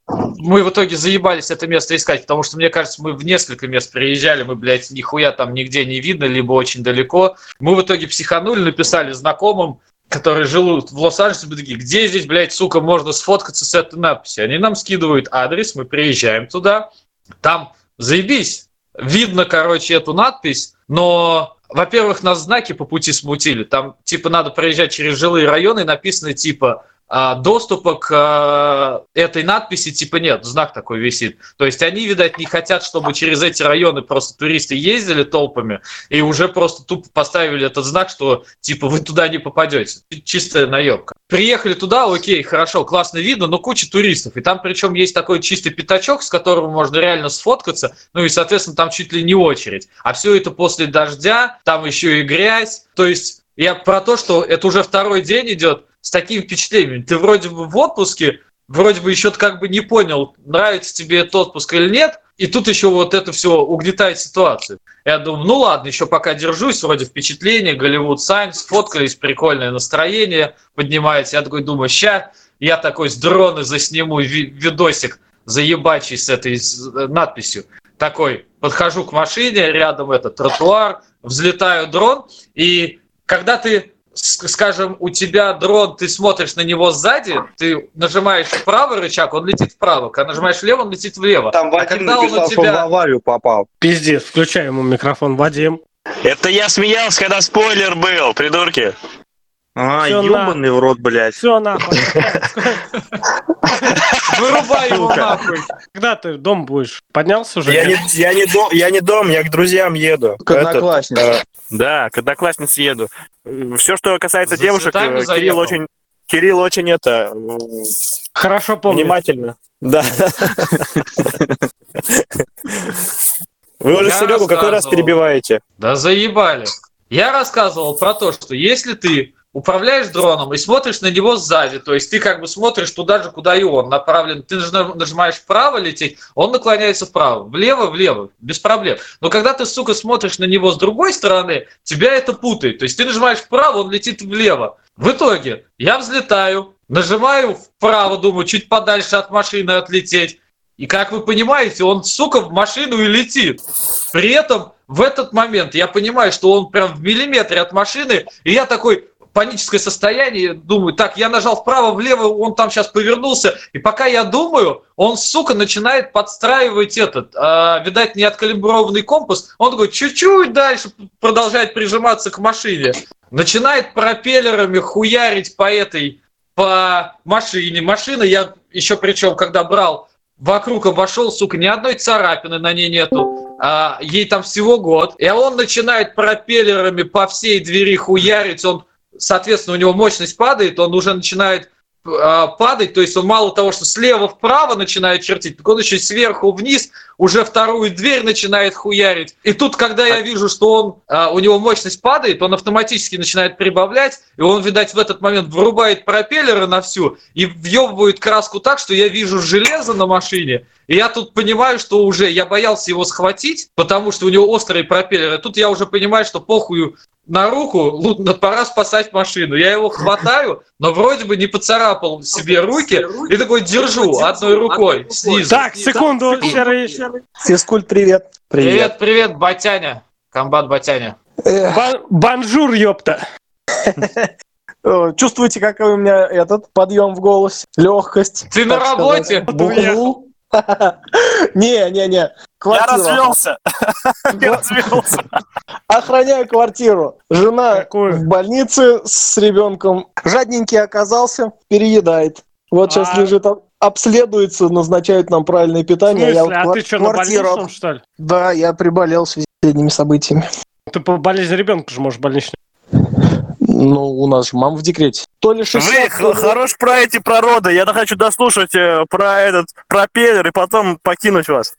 мы в итоге заебались это место искать, потому что, мне кажется, мы в несколько мест приезжали, мы, блядь, нихуя там нигде не видно, либо очень далеко. Мы в итоге психанули, написали знакомым, которые живут в Лос-Анджелесе, мы такие, где здесь, блядь, сука, можно сфоткаться с этой надписью? Они нам скидывают адрес, мы приезжаем туда, там заебись, видно, короче, эту надпись, но, во-первых, нас знаки по пути смутили, там, типа, надо проезжать через жилые районы, написано, типа, доступа к этой надписи типа нет, знак такой висит. То есть они, видать, не хотят, чтобы через эти районы просто туристы ездили толпами и уже просто тупо поставили этот знак, что типа вы туда не попадете. Чистая наебка. Приехали туда, окей, хорошо, классно видно, но куча туристов. И там причем есть такой чистый пятачок, с которым можно реально сфоткаться, ну и, соответственно, там чуть ли не очередь. А все это после дождя, там еще и грязь. То есть я про то, что это уже второй день идет, с таким впечатлением. Ты вроде бы в отпуске, вроде бы еще как бы не понял, нравится тебе этот отпуск или нет, и тут еще вот это все угнетает ситуацию. Я думаю, ну ладно, еще пока держусь, вроде впечатление, Голливуд Сайнс, сфоткались, прикольное настроение поднимается. Я такой думаю, ща я такой с дрона засниму видосик заебачий с этой надписью. Такой, подхожу к машине, рядом этот тротуар, взлетаю дрон, и когда ты скажем, у тебя дрон, ты смотришь на него сзади, ты нажимаешь правый рычаг, он летит вправо. Когда нажимаешь влево, он летит влево. Там а Вадим когда написал, он у тебя... что в аварию попал. Пиздец, включай ему микрофон, Вадим. Это я смеялся, когда спойлер был, придурки. А, Всё ёбаный в рот, блядь. Все, нахуй. Вырубай его нахуй. Когда ты дом будешь? Поднялся уже? Я не, я, не дом, я не дом, я к друзьям еду. К однокласснице. Этот, э, да, к однокласснице еду. Все, что касается За девушек, цветами Кирилл заехал. очень, Кирилл очень это Хорошо помню. внимательно. Да. Вы уже Я Серегу какой раз рассказывал. перебиваете? Да заебали. Я рассказывал про то, что если ты управляешь дроном и смотришь на него сзади, то есть ты как бы смотришь туда же, куда и он направлен, ты нажимаешь вправо лететь, он наклоняется вправо, влево, влево, без проблем. Но когда ты, сука, смотришь на него с другой стороны, тебя это путает. То есть ты нажимаешь вправо, он летит влево. В итоге я взлетаю, нажимаю вправо, думаю, чуть подальше от машины отлететь. И как вы понимаете, он, сука, в машину и летит. При этом в этот момент я понимаю, что он прям в миллиметре от машины, и я такой... паническое состояние, думаю, так, я нажал вправо-влево, он там сейчас повернулся, и пока я думаю, он, сука, начинает подстраивать этот, э, видать, неоткалиброванный компас, он такой чуть-чуть дальше продолжает прижиматься к машине, начинает пропеллерами хуярить по этой, по машине, машина, я еще причем, когда брал, вокруг обошел, сука, ни одной царапины на ней нету, а, ей там всего год, и он начинает пропеллерами по всей двери хуярить, он соответственно, у него мощность падает, он уже начинает э, падать, то есть он мало того, что слева вправо начинает чертить, так он еще сверху вниз уже вторую дверь начинает хуярить. И тут, когда я вижу, что он, э, у него мощность падает, он автоматически начинает прибавлять, и он, видать, в этот момент вырубает пропеллеры на всю и въебывает краску так, что я вижу железо на машине, и я тут понимаю, что уже я боялся его схватить, потому что у него острые пропеллеры. Тут я уже понимаю, что похуй на руку, пора спасать машину. Я его хватаю, но вроде бы не поцарапал себе руки, и такой держу одной рукой снизу. Так, секунду, серый. Физкульт, привет. Привет, привет, Батяня. Комбат Батяня. Бон- Бонжур, ёпта. Э, Чувствуете, какой у меня этот подъем в голосе? Легкость. Ты на так работе? сказать. Бухлу. Не, не, не. Я Квартиру. развелся. Я развелся. Охраняю квартиру. Жена Какую? в больнице с ребенком. Жадненький оказался, переедает. Вот сейчас А. лежит, об- обследуется, назначают нам правильное В питание. смысле? Я А вот ты квар- что, на квартиру- больничном, что ли? Да, я приболел в связи с последними событиями. Ты по болезни ребенка же можешь больничный. Ну, у нас же мама в декрете. То ли Вы шестьдесят, х- хорош про эти про роды. Я хочу дослушать э, про этот пропеллер и потом покинуть вас.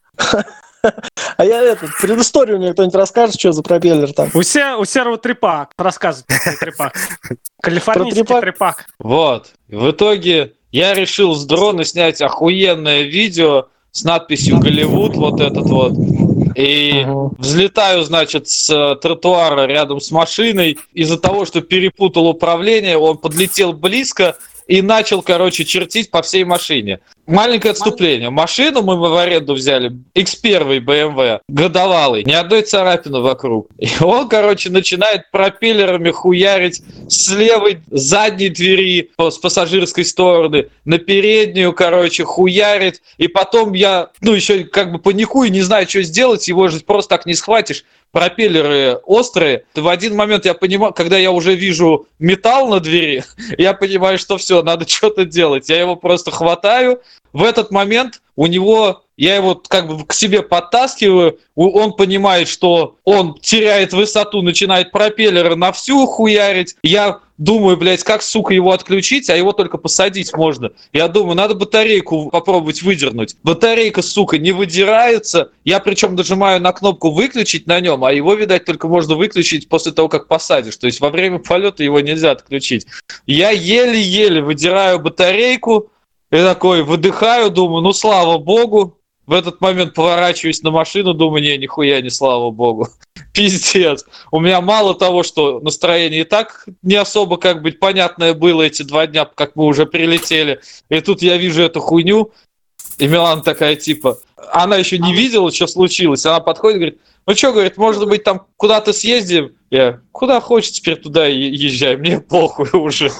А я этот, предысторию мне кто-нибудь расскажет, что за пропеллер там? У, се, у серого трепак. Рассказывай про трепак. Калифорнийский Про трепак? трепак. Вот. В итоге я решил с дрона снять охуенное видео с надписью «Голливуд», вот этот вот. И Ага. взлетаю, значит, с э, тротуара рядом с машиной. Из-за того, что перепутал управление, он подлетел близко и начал, короче, чертить по всей машине. Маленькое отступление. Машину мы в аренду взяли, икс один бэ эм вэ, годовалый, ни одной царапины вокруг. И он, короче, начинает пропеллерами хуярить с левой задней двери с пассажирской стороны на переднюю, короче, хуярит. И потом я, ну, еще как бы паникую, не знаю, что сделать, его же просто так не схватишь. Пропеллеры острые. В один момент я понимаю, когда я уже вижу металл на двери, я понимаю, что все, надо что-то делать. Я его просто хватаю. В этот момент у него, я его как бы к себе подтаскиваю, он понимает, что он теряет высоту, начинает пропеллеры на всю хуярить. Я думаю, блядь, как, сука, его отключить, а его только посадить можно. Я думаю, надо батарейку попробовать выдернуть. Батарейка, сука, не выдирается. Я причем нажимаю на кнопку «выключить» на нем, а его, видать, только можно выключить после того, как посадишь. То есть во время полета его нельзя отключить. Я еле-еле выдираю батарейку, и такой выдыхаю, думаю, ну, слава богу. В этот момент поворачиваюсь на машину, думаю, не, нихуя не слава богу. Пиздец. У меня мало того, что настроение и так не особо, как бы, понятное было эти два дня, как мы уже прилетели. И тут я вижу эту хуйню, и Милана такая, типа, она еще не видела, что случилось. Она подходит и говорит, ну что, говорит, может быть, там куда-то съездим? Я, куда хочешь, теперь туда езжай, мне похуй уже.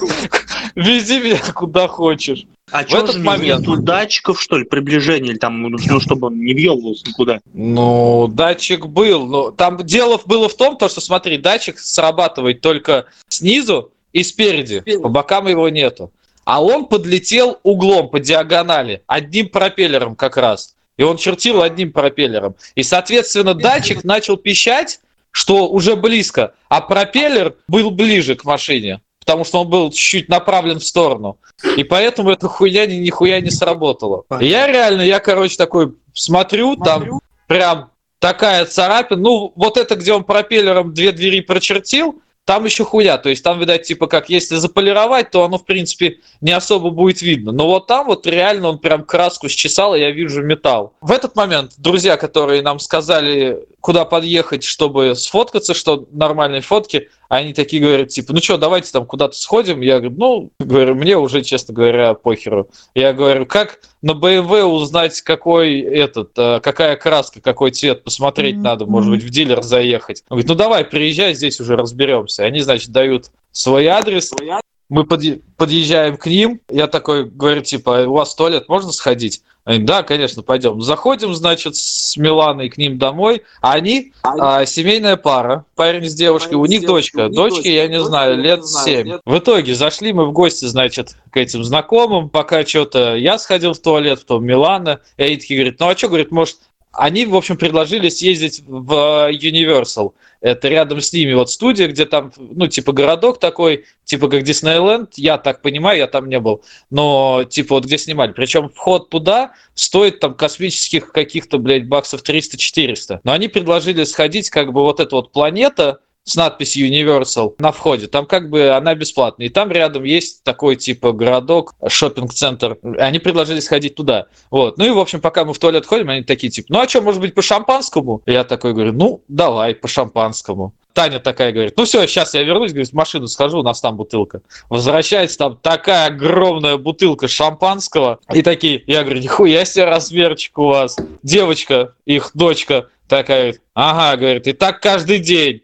Вези меня куда хочешь. А что же момент... нету датчиков, что ли, приближения, или там, ну, чтобы он не въебывался никуда? Ну, датчик был, но там дело было в том, то, что, смотри, датчик срабатывает только снизу и спереди, по бокам его нету. А он подлетел углом по диагонали, одним пропеллером как раз. И он чертил одним пропеллером. И, соответственно, датчик начал пищать, что уже близко, а пропеллер был ближе к машине. Потому что он был чуть-чуть направлен в сторону. И поэтому эта хуйня ни, нихуя не сработала. И я реально, я, короче, такой смотрю, там прям такая царапина. Ну, вот это, где он пропеллером две двери прочертил, там еще хуя. То есть там, видать, типа как, если заполировать, то оно, в принципе, не особо будет видно. Но вот там вот реально он прям краску счесал, и я вижу металл. В этот момент друзья, которые нам сказали, куда подъехать, чтобы сфоткаться, что нормальные фотки, они такие говорят, типа, ну что, давайте там куда-то сходим. Я говорю, ну, говорю, мне уже, честно говоря, похеру. Я говорю, как на бэ эм вэ узнать, какой этот, какая краска, какой цвет, посмотреть mm-hmm. надо, может быть, в дилер заехать. Он говорит, ну давай, приезжай, здесь уже разберемся. Они, значит, дают свой адрес. Мы подъезжаем к ним, я такой говорю, типа, у вас в туалет можно сходить? Они, да, конечно, пойдем. Заходим, значит, с Миланой к ним домой, а они а, семейная пара, парень с девушкой, парень у них дочка, у них дочке, дочка, я не знаю, лет семь. В итоге зашли мы в гости, значит, к этим знакомым, пока что-то я сходил в туалет, потом Милана, и они такие говорят, ну а что, говорит, может, они, в общем, предложили съездить в Universal. Это рядом с ними вот студия, где там, ну, типа городок такой, типа как Диснейленд, я так понимаю, я там не был, но типа вот где снимали. Причем вход туда стоит там космических каких-то, блядь, баксов триста-четыреста. Но они предложили сходить, как бы вот эта вот планета с надписью Universal на входе, там как бы она бесплатная. И там рядом есть такой типа городок, шоппинг-центр. Они предложили сходить туда. Вот. Ну и, в общем, пока мы в туалет ходим, они такие типа, ну а что, может быть, по шампанскому? Я такой говорю, ну, давай, по шампанскому. Таня такая говорит, ну все, сейчас я вернусь, говорит, в машину схожу, у нас там бутылка. Возвращается там такая огромная бутылка шампанского. И такие, я говорю, нихуя себе размерчик у вас. Девочка, их дочка, такая говорит, ага, говорит, и так каждый день.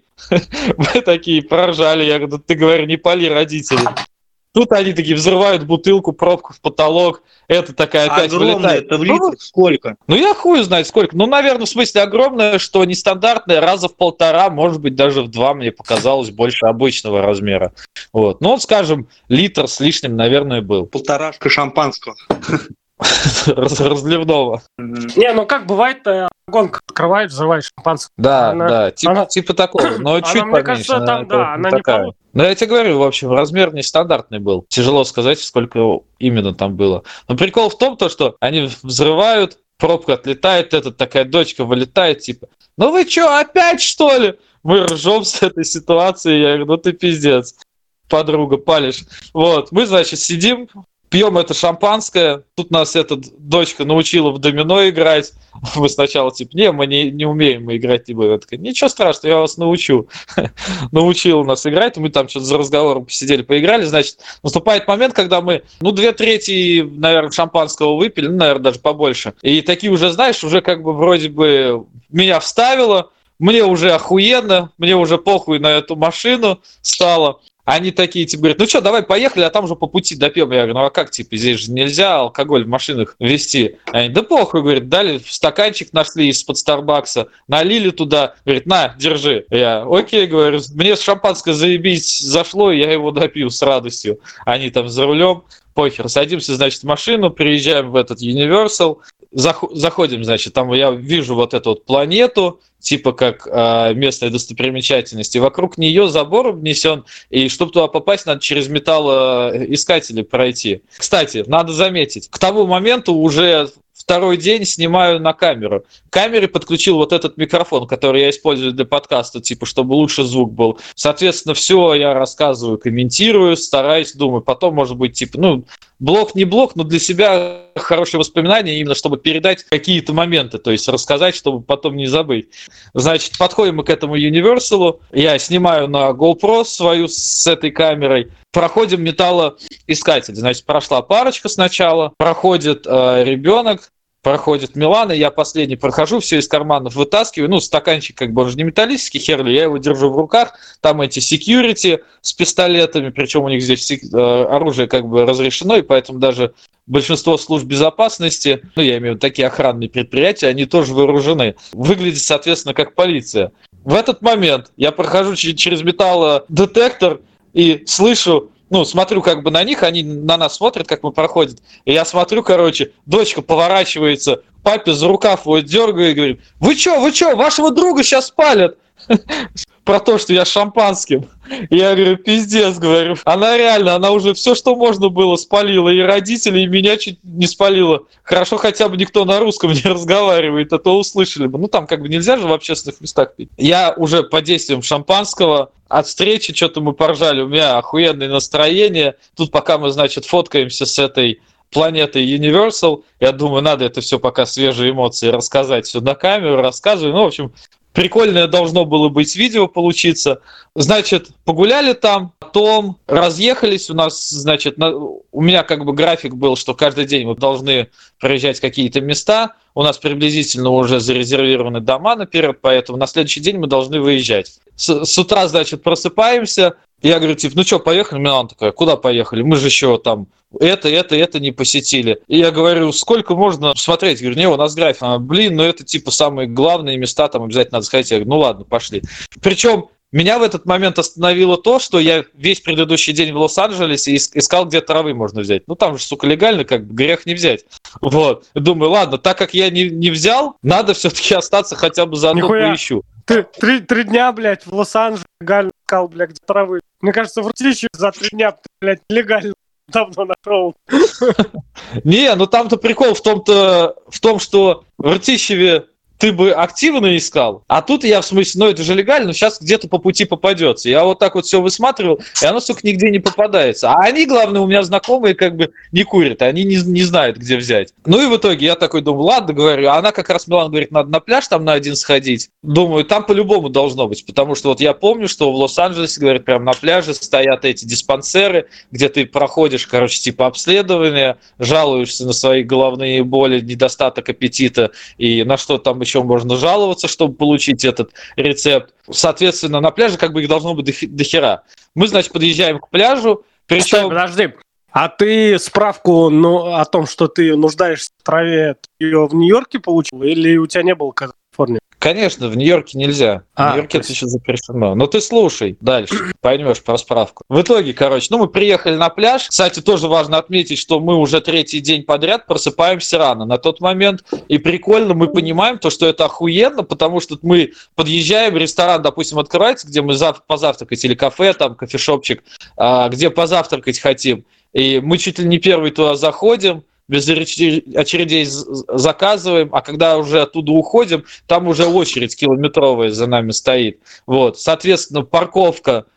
Мы такие поржали, я говорю, ты, говорю, не пали родителей. Тут они такие взрывают бутылку, пробку в потолок. Это такая опять огромная, вылетает. Это в литрах ну, сколько? Ну, я хуй знает сколько. Ну, наверное, в смысле огромное, что нестандартное, раза в полтора, может быть, даже в два, мне показалось, больше обычного размера. Вот. Ну, скажем, литр с лишним, наверное, был. Полторашка шампанского. Разливного. Не, ну как бывает, гонка открывает, взрывает шампанское. Да, она, да, типа, она... типа такого, но чуть она, поменьше. Мне кажется, она, там, да, она такая. Но я тебе говорю, в общем, размер нестандартный был. Тяжело сказать, сколько именно там было. Но прикол в том, то, что они взрывают, пробка отлетает, эта такая дочка вылетает, типа, ну вы что, опять что ли? Мы ржем с этой ситуации, я говорю, ну ты пиздец, подруга, палишь. Вот, мы, значит, сидим, пьем это шампанское. Тут нас эта дочка научила в домино играть. Мы сначала типа, не, мы не, не умеем, мы играть не будем. Я такая, ничего страшного, я вас научу. Научила нас играть, мы там что-то за разговором посидели, поиграли. Значит, наступает момент, когда мы, ну, две трети, наверное, шампанского выпили, ну, наверное, даже побольше. И такие уже, знаешь, уже как бы вроде бы меня вставило, мне уже охуенно, мне уже похуй на эту машину стало. Они такие, типа, говорят, ну что, давай поехали, а там уже по пути допьем. Я говорю, ну а как, типа, здесь же нельзя алкоголь в машинах везти. Они, да похуй, говорит, дали стаканчик, нашли из-под Старбакса, налили туда, говорит, на, держи. Я, окей, говорю, мне шампанское заебись зашло, и я его допью с радостью. Они там за рулем, похер, садимся, значит, в машину, приезжаем в этот Universal, заходим, значит, там я вижу вот эту вот планету, типа как э, местная достопримечательность, и вокруг нее забор обнесен, и чтобы туда попасть, надо через металлоискатели пройти. Кстати, надо заметить, к тому моменту уже второй день снимаю на камеру. К камере подключил вот этот микрофон, который я использую для подкаста, типа, чтобы лучше звук был. Соответственно, все я рассказываю, комментирую, стараюсь, думаю. Потом, может быть, типа, ну, блог не блог, но для себя хорошие воспоминания, именно чтобы передать какие-то моменты, то есть рассказать, чтобы потом не забыть. Значит, подходим мы к этому Universal, я снимаю на GoPro свою с этой камерой, проходим металлоискатель. Значит, прошла парочка сначала, проходит э, ребенок, проходит Милана, я последний прохожу, все из карманов вытаскиваю, ну, стаканчик, как бы, он же не металлический, херли, я его держу в руках, там эти security с пистолетами, причем у них здесь э, оружие как бы разрешено, и поэтому даже большинство служб безопасности, ну, я имею в виду такие охранные предприятия, они тоже вооружены. Выглядит, соответственно, как полиция. В этот момент я прохожу через металлодетектор и слышу, ну, смотрю как бы на них, они на нас смотрят, как мы проходим. И я смотрю, короче, дочка поворачивается, папе за рукав его дергает и говорит, вы чё, вы чё, вашего друга сейчас спалят? Про то, что я шампанским. Я говорю, пиздец, говорю. Она реально, она уже все, что можно было, спалила. И родителей, и меня чуть не спалила. Хорошо, хотя бы никто на русском не разговаривает, а то услышали бы. Ну, там как бы нельзя же в общественных местах пить. Я уже под действием шампанского от встречи что-то мы поржали. У меня охуенное настроение. Тут пока мы, значит, фоткаемся с этой планетой Universal, я думаю, надо это все пока свежие эмоции рассказать все на камеру, рассказываю. Ну, в общем, прикольное должно было быть видео получиться. Значит, погуляли там, потом разъехались. У нас, значит, на... у меня как бы график был, что каждый день мы должны проезжать какие-то места. У нас приблизительно уже зарезервированы дома наперед, поэтому на следующий день мы должны выезжать. С, с утра, значит, просыпаемся. Я говорю, типа, ну что, поехали? Милана такая, куда поехали? Мы же еще там это, это, это не посетили. И я говорю, сколько можно смотреть? Я говорю, не, у нас график. Она, блин, ну это типа самые главные места, там обязательно надо сходить. Я говорю, ну ладно, пошли. Причем меня в этот момент остановило то, что я весь предыдущий день в Лос-Анджелесе искал, где травы можно взять. Ну там же, сука, легально, как бы грех не взять. Вот. Думаю, ладно, так как я не, не взял, надо все-таки остаться хотя бы заодно поищу. Ты три, три дня, блядь, в Лос-Анджелесе легально искал, блядь, где травы. Мне кажется, в Ртищеве за три дня ты, блядь, легально давно нашел. Не, ну там-то прикол в том-то, в том, что в Ртищеве ты бы активно искал, а тут я в смысле, ну это же легально, но сейчас где-то по пути попадется. Я вот так вот все высматривал, и оно, сука, нигде не попадается. А они, главное, у меня знакомые как бы не курят, они не, не знают, где взять. Ну и в итоге я такой думаю, ладно, говорю, а она как раз, Милана говорит, надо на пляж там на один сходить. Думаю, там по-любому должно быть, потому что вот я помню, что в Лос-Анджелесе, говорят, прям на пляже стоят эти диспансеры, где ты проходишь, короче, типа обследования, жалуешься на свои головные боли, недостаток аппетита и на что там еще можно жаловаться, чтобы получить этот рецепт. Соответственно, на пляже как бы их должно быть до хера. Мы, значит, подъезжаем к пляжу, причем... Стой, подожди, а ты справку ну, о том, что ты нуждаешься в траве, ты ее в Нью-Йорке получил, или у тебя не было в Калифорнии? Конечно, в Нью-Йорке нельзя. А, в Нью-Йорке это еще запрещено. Но ты слушай дальше, поймешь про справку. В итоге, короче, ну мы приехали на пляж. Кстати, тоже важно отметить, что мы уже третий день подряд просыпаемся рано на тот момент. И прикольно, мы понимаем то, что это охуенно, потому что мы подъезжаем, ресторан, допустим, открывается, где мы зав- позавтракать, или кафе, там, кофешопчик, а, где позавтракать хотим. И мы чуть ли не первый туда заходим, без очередей заказываем, а когда уже оттуда уходим, там уже очередь километровая за нами стоит. Вот. Соответственно, парковка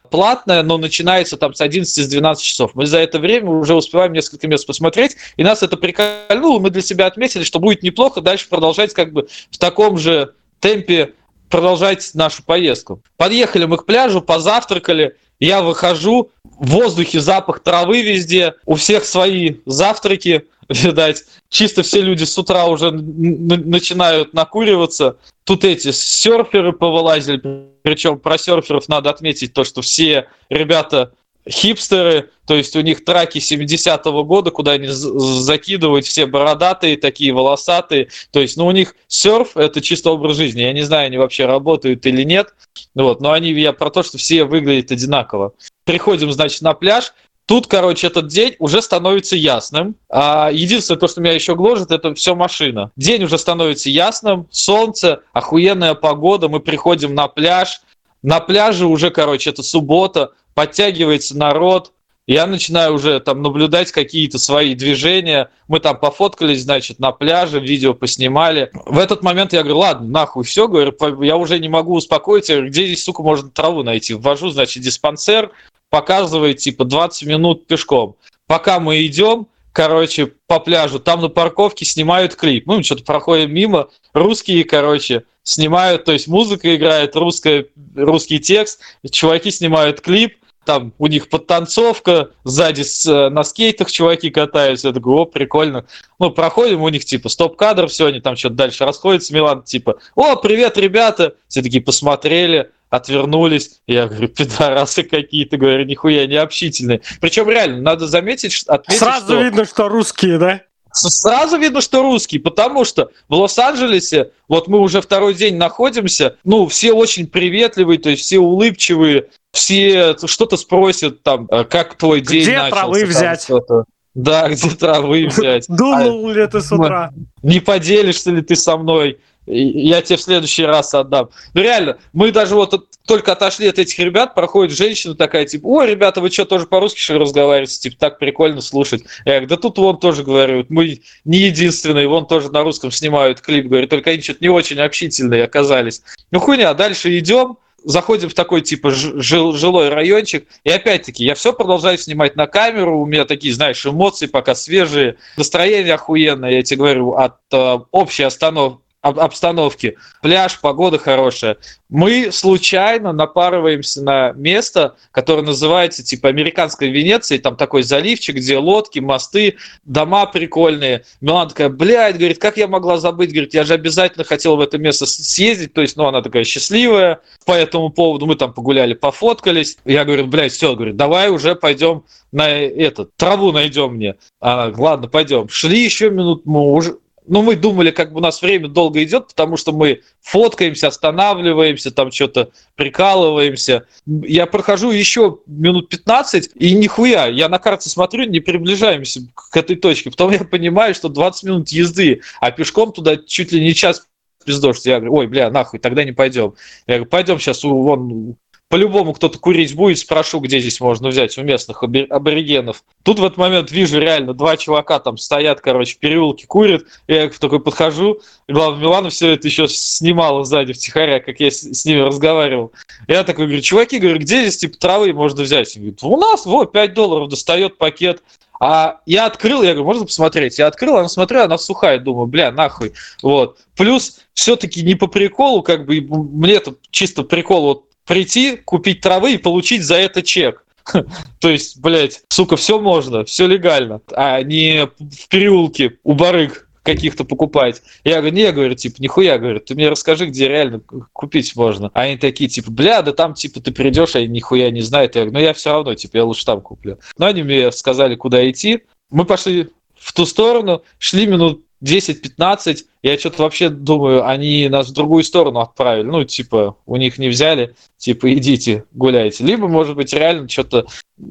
платная, но начинается там с одиннадцати-двенадцати часов. Мы за это время уже успеваем несколько мест посмотреть, и нас это прикольнуло, мы для себя отметили, что будет неплохо дальше продолжать как бы в таком же темпе продолжать нашу поездку. Подъехали мы к пляжу, позавтракали, я выхожу, в воздухе запах травы везде, у всех свои завтраки, видать, чисто все люди с утра уже н- начинают накуриваться. Тут эти серферы повылазили, причем про серферов надо отметить то, что все ребята хипстеры, то есть у них траки семидесятого года, куда они закидывают, все бородатые, такие волосатые, то есть, ну, у них серф — это чисто образ жизни, я не знаю, они вообще работают или нет, вот, но они, я про то, что все выглядят одинаково. Приходим, значит, на пляж. Тут, короче, этот день уже становится ясным. А единственное, то, что меня еще гложет, это все машина. День уже становится ясным, солнце, охуенная погода, мы приходим на пляж. На пляже уже, короче, это суббота, подтягивается народ. Я начинаю уже там наблюдать какие-то свои движения. Мы там пофоткались, значит, на пляже, видео поснимали. В этот момент я говорю, ладно, нахуй все, говорю, я уже не могу успокоиться. Я говорю, где здесь, сука, можно траву найти? Ввожу, значит, диспансер, показывает, типа, двадцать минут пешком. Пока мы идем, короче, по пляжу, там на парковке снимают клип. Мы что-то проходим мимо, русские, короче, снимают, то есть музыка играет, русская, русский текст, чуваки снимают клип, там у них подтанцовка, сзади с, на скейтах чуваки катаются. Я такой, о, прикольно. Ну, проходим, у них, типа, стоп-кадр, все, они там что-то дальше расходятся, Милан, типа, о, привет, ребята! Все такие посмотрели, отвернулись. Я говорю, пидорасы какие-то, говорю, нихуя не общительные. Причем реально, надо заметить, отметить, Сразу что... видно, что русские, да? Сразу видно, что русские, потому что в Лос-Анджелесе, вот мы уже второй день находимся, ну, все очень приветливые, то есть все улыбчивые, все что-то спросят, там, как твой день где начался. Травы там, взять? Что-то. Да, где травы взять. Думал ли ты с утра? Не поделишься ли ты со мной? Я тебе в следующий раз отдам. Ну реально, мы даже вот только отошли от этих ребят, проходит женщина такая, типа, ой, ребята, вы что, тоже по-русски что ли разговариваете? Типа, так прикольно слушать. Я говорю, да тут вон тоже говорю, мы не единственные, вон тоже на русском снимают клип, говорю, только они что-то не очень общительные оказались. Ну хуйня, дальше идем, заходим в такой, типа, жил, жилой райончик, и опять-таки, я все продолжаю снимать на камеру, у меня такие, знаешь, эмоции пока свежие, настроение охуенное, я тебе говорю, от э, общей остановки, обстановки. Пляж, погода хорошая. Мы случайно напарываемся на место, которое называется типа американской Венеции, там такой заливчик, где лодки, мосты, дома прикольные. Милана такая, блядь, говорит, как я могла забыть, говорит, я же обязательно хотела в это место съездить, то есть, ну, она такая счастливая по этому поводу, мы там погуляли, пофоткались. Я говорю, блядь, все, говорит, давай уже пойдем на этот, траву найдем мне. Она, ладно, пойдем. Шли еще минут, мы уже Ну, мы думали, как бы у нас время долго идет, потому что мы фоткаемся, останавливаемся, там что-то прикалываемся. Я прохожу еще минут пятнадцать, и нихуя, я на карте смотрю, не приближаемся к этой точке. Потом я понимаю, что двадцать минут езды, а пешком туда чуть ли не час без дождя. Я говорю, ой, бля, нахуй, тогда не пойдем. Я говорю, пойдем сейчас, вон... По-любому кто-то курить будет, спрошу, где здесь можно взять у местных аборигенов. Тут в этот момент вижу реально два чувака там стоят, короче, в переулке курят. Я такой подхожу, и главное, Милана все это еще снимала сзади втихаря, как я с, с ними разговаривал. Я такой говорю, чуваки, говорю, где здесь типа травы можно взять? Они говорят, у нас, вот, пять долларов достает пакет. А я открыл, я говорю, можно посмотреть? Я открыл, она смотрю, она сухая, думаю, бля, нахуй. Вот. Плюс все-таки не по приколу, как бы, мне это чисто прикол, вот, прийти, купить травы и получить за это чек. То есть, блядь, сука, все можно, все легально, а не в переулке у барыг каких-то покупать. Я говорю, не, говорю, типа, нихуя, говорю, ты мне расскажи, где реально купить можно. А они такие, типа, бля, да там, типа, ты придешь, а нихуя не знают. Я говорю, ну я все равно, типа, я лучше там куплю. Но они мне сказали, куда идти. Мы пошли в ту сторону, шли минут десять-пятнадцать, я что-то вообще думаю, они нас в другую сторону отправили, ну, типа, у них не взяли, типа, идите, гуляйте. Либо, может быть, реально что-то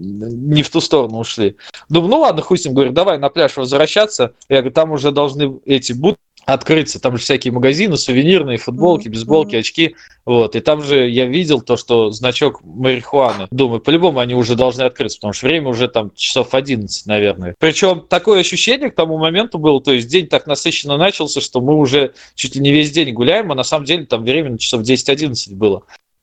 не в ту сторону ушли. Думаю, ну ладно, хуй с ним, говорю, давай на пляж возвращаться. Я говорю, там уже должны эти будки открыться, там же всякие магазины, сувенирные, футболки, бейсболки, очки, вот, и там же я видел то, что значок марихуаны. Думаю, по-любому они уже должны открыться, потому что время уже там часов одиннадцать, наверное. Причем такое ощущение к тому моменту было, то есть день так насыщенно начался, что мы уже чуть ли не весь день гуляем, а на самом деле там время часов десять-одиннадцать было.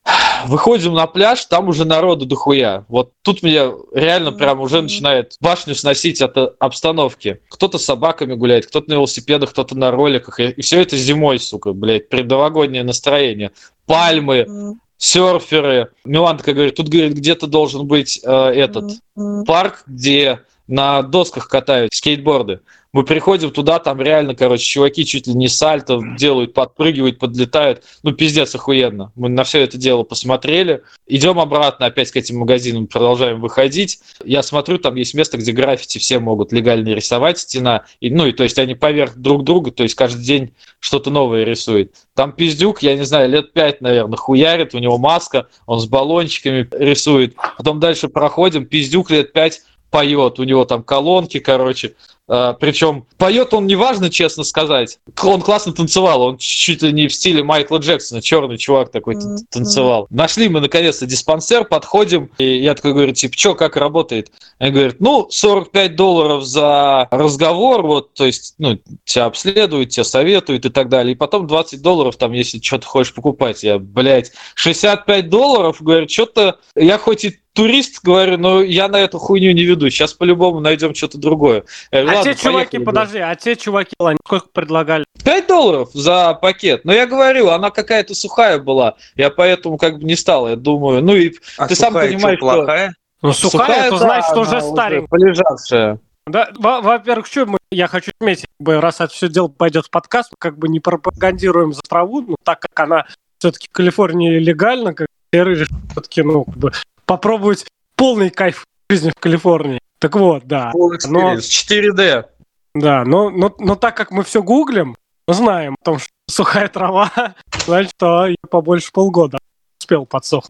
Выходим на пляж, там уже народу дохуя. Вот тут меня реально прям уже начинает башню сносить от обстановки. Кто-то с собаками гуляет, кто-то на велосипедах, кто-то на роликах. И все это зимой, сука, блядь, предновогоднее настроение. Пальмы, серферы. Миланка говорит, тут, говорит, где-то должен быть э, этот парк, где на досках катают скейтборды. Мы приходим туда, там реально, короче, чуваки чуть ли не сальто делают, подпрыгивают, подлетают. Ну, пиздец, охуенно. Мы на все это дело посмотрели. Идем обратно опять к этим магазинам, продолжаем выходить. Я смотрю, там есть место, где граффити все могут легально рисовать, стена. И, ну, и то есть они поверх друг друга, то есть каждый день что-то новое рисует. Там пиздюк, я не знаю, лет пять, наверное, хуярит, у него маска, он с баллончиками рисует. Потом дальше проходим, пиздюк лет пять поет, у него там колонки, короче. Uh, причем поет он неважно, честно сказать. Он классно танцевал, он чуть ли не в стиле Майкла Джексона, черный чувак такой mm-hmm. танцевал. Нашли мы наконец-то диспансер, подходим, и я такой говорю, типа, что, как работает? Они говорят, ну, сорок пять долларов за разговор, вот, то есть, ну, тебя обследуют, тебя советуют и так далее, и потом двадцать долларов, там, если что-то хочешь покупать. Я, блядь, шестьдесят пять долларов, говорю, что-то, я хоть и турист, говорю, но я на эту хуйню не веду. Сейчас по-любому найдем что-то другое. Я говорю, а ладно, те чуваки, поехали, подожди, а те чуваки, сколько предлагали? пять долларов за пакет. Но я говорю, она какая-то сухая была. Я поэтому как бы не стал. Я думаю, ну и а ты сам понимаешь, что... плохая? Ну, сухая, сухая, это да, значит, что уже старенькая. Полежавшая. Да, во-первых, что мы, я хочу отметить, раз это все дело пойдет в подкаст, мы как бы не пропагандируем за траву, ну, так как она все-таки в Калифорнии легальна, как решили все-таки, ну, как бы попробовать полный кайф жизни в Калифорнии. Так вот, да. Но, четыре дэ. Да, но, но, но так как мы все гуглим, мы знаем о том, что сухая трава, значит, что ее побольше полгода успел подсохнуть.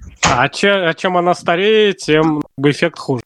А, че, а чем она старее, тем эффект хуже.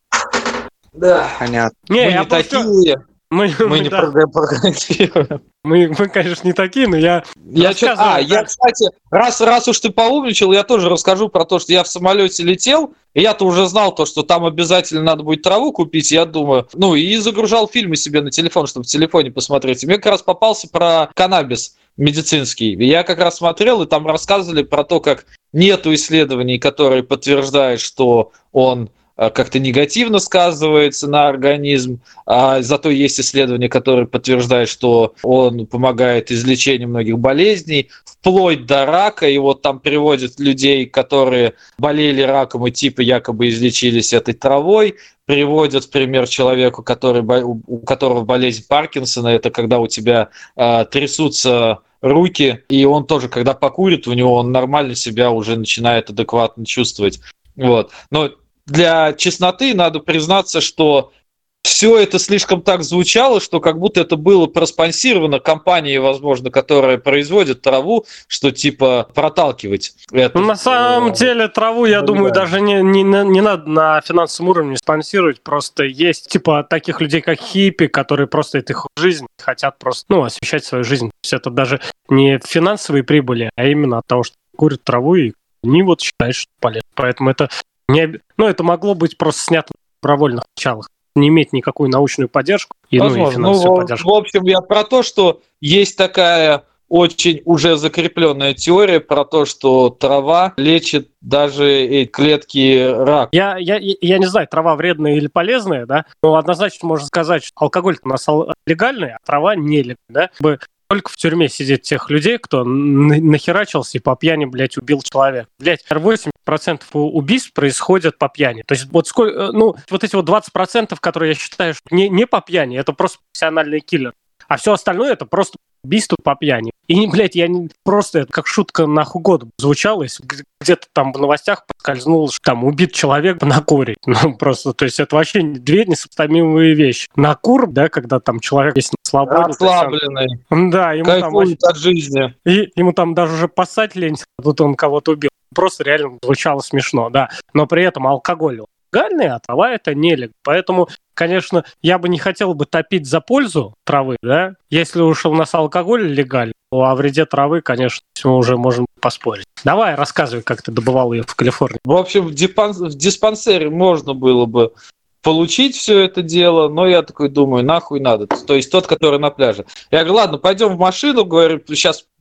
Да, понятно. Не, мы не такие. Мы, мы, мы не да. программируем. Мы, мы, конечно, не такие, но я... я чё, а, да. я, кстати, раз, раз уж ты поумничал, я тоже расскажу про то, что я в самолете летел, и я-то уже знал то, что там обязательно надо будет траву купить, я думаю, ну, и загружал фильмы себе на телефон, чтобы в телефоне посмотреть. И мне как раз попался про каннабис медицинский. И я как раз смотрел, и там рассказывали про то, как нету исследований, которые подтверждают, что он как-то негативно сказывается на организм, а зато есть исследования, которые подтверждают, что он помогает излечению многих болезней, вплоть до рака, и вот там приводят людей, которые болели раком и типа якобы излечились этой травой, приводят в пример человеку, который, у которого болезнь Паркинсона, это когда у тебя э, трясутся руки, и он тоже, когда покурит, у него он нормально себя уже начинает адекватно чувствовать. Вот. Но для честноты надо признаться, что все это слишком так звучало, что как будто это было проспонсировано компанией, возможно, которая производит траву, что типа проталкивать это. Ну, на самом деле траву, я ну, думаю, да. даже не, не, не надо на финансовом уровне спонсировать, просто есть типа таких людей, как хиппи, которые просто это их жизнь, хотят просто ну, освещать свою жизнь. То есть это даже не финансовые прибыли, а именно от того, что курят траву и не вот считают, что полезно. Поэтому это Не, ну, это могло быть просто снято на добровольных началах. Не иметь никакую научную поддержку и, ну, и финансовую ну, поддержку. В общем, я про то, что есть такая очень уже закрепленная теория про то, что трава лечит даже клетки рака. Я, я, я не знаю, трава вредная или полезная, да, но однозначно можно сказать, что алкоголь у нас легальный, а трава нелегальная, да. Только в тюрьме сидит тех людей, кто нахерачился и по пьяни, блядь, убил человека. Блядь, восемьдесят процентов убийств происходят по пьяни. То есть вот сколько, ну, вот эти вот двадцать процентов, которые я считаю, что не, не по пьяни, это просто профессиональный киллер. А все остальное это просто убийство по пьяни. И, блядь, я не просто, это как шутка нахуй года звучала, если где-то там в новостях подскользнуло, что там убит человек на куре. Ну, просто, то есть это вообще две несопоставимые вещи. На кур, да, когда там человек есть на свободе. Расслабленный. Да, ему кайфует там... от жизни. И ему там даже уже поссать лень, тут он кого-то убил. Просто реально звучало смешно, да. Но при этом алкоголь легальный, а трава это нелегальный. Поэтому, конечно, я бы не хотел бы топить за пользу травы, да. Если уж у нас алкоголь легальный, то о вреде травы, конечно, мы уже можем поспорить. Давай, рассказывай, как ты добывал ее в Калифорнии. В общем, в диспансере можно было бы получить все это дело, но я такой думаю, нахуй надо. То есть тот, который на пляже. Я говорю, ладно, пойдем в машину, говорю, сейчас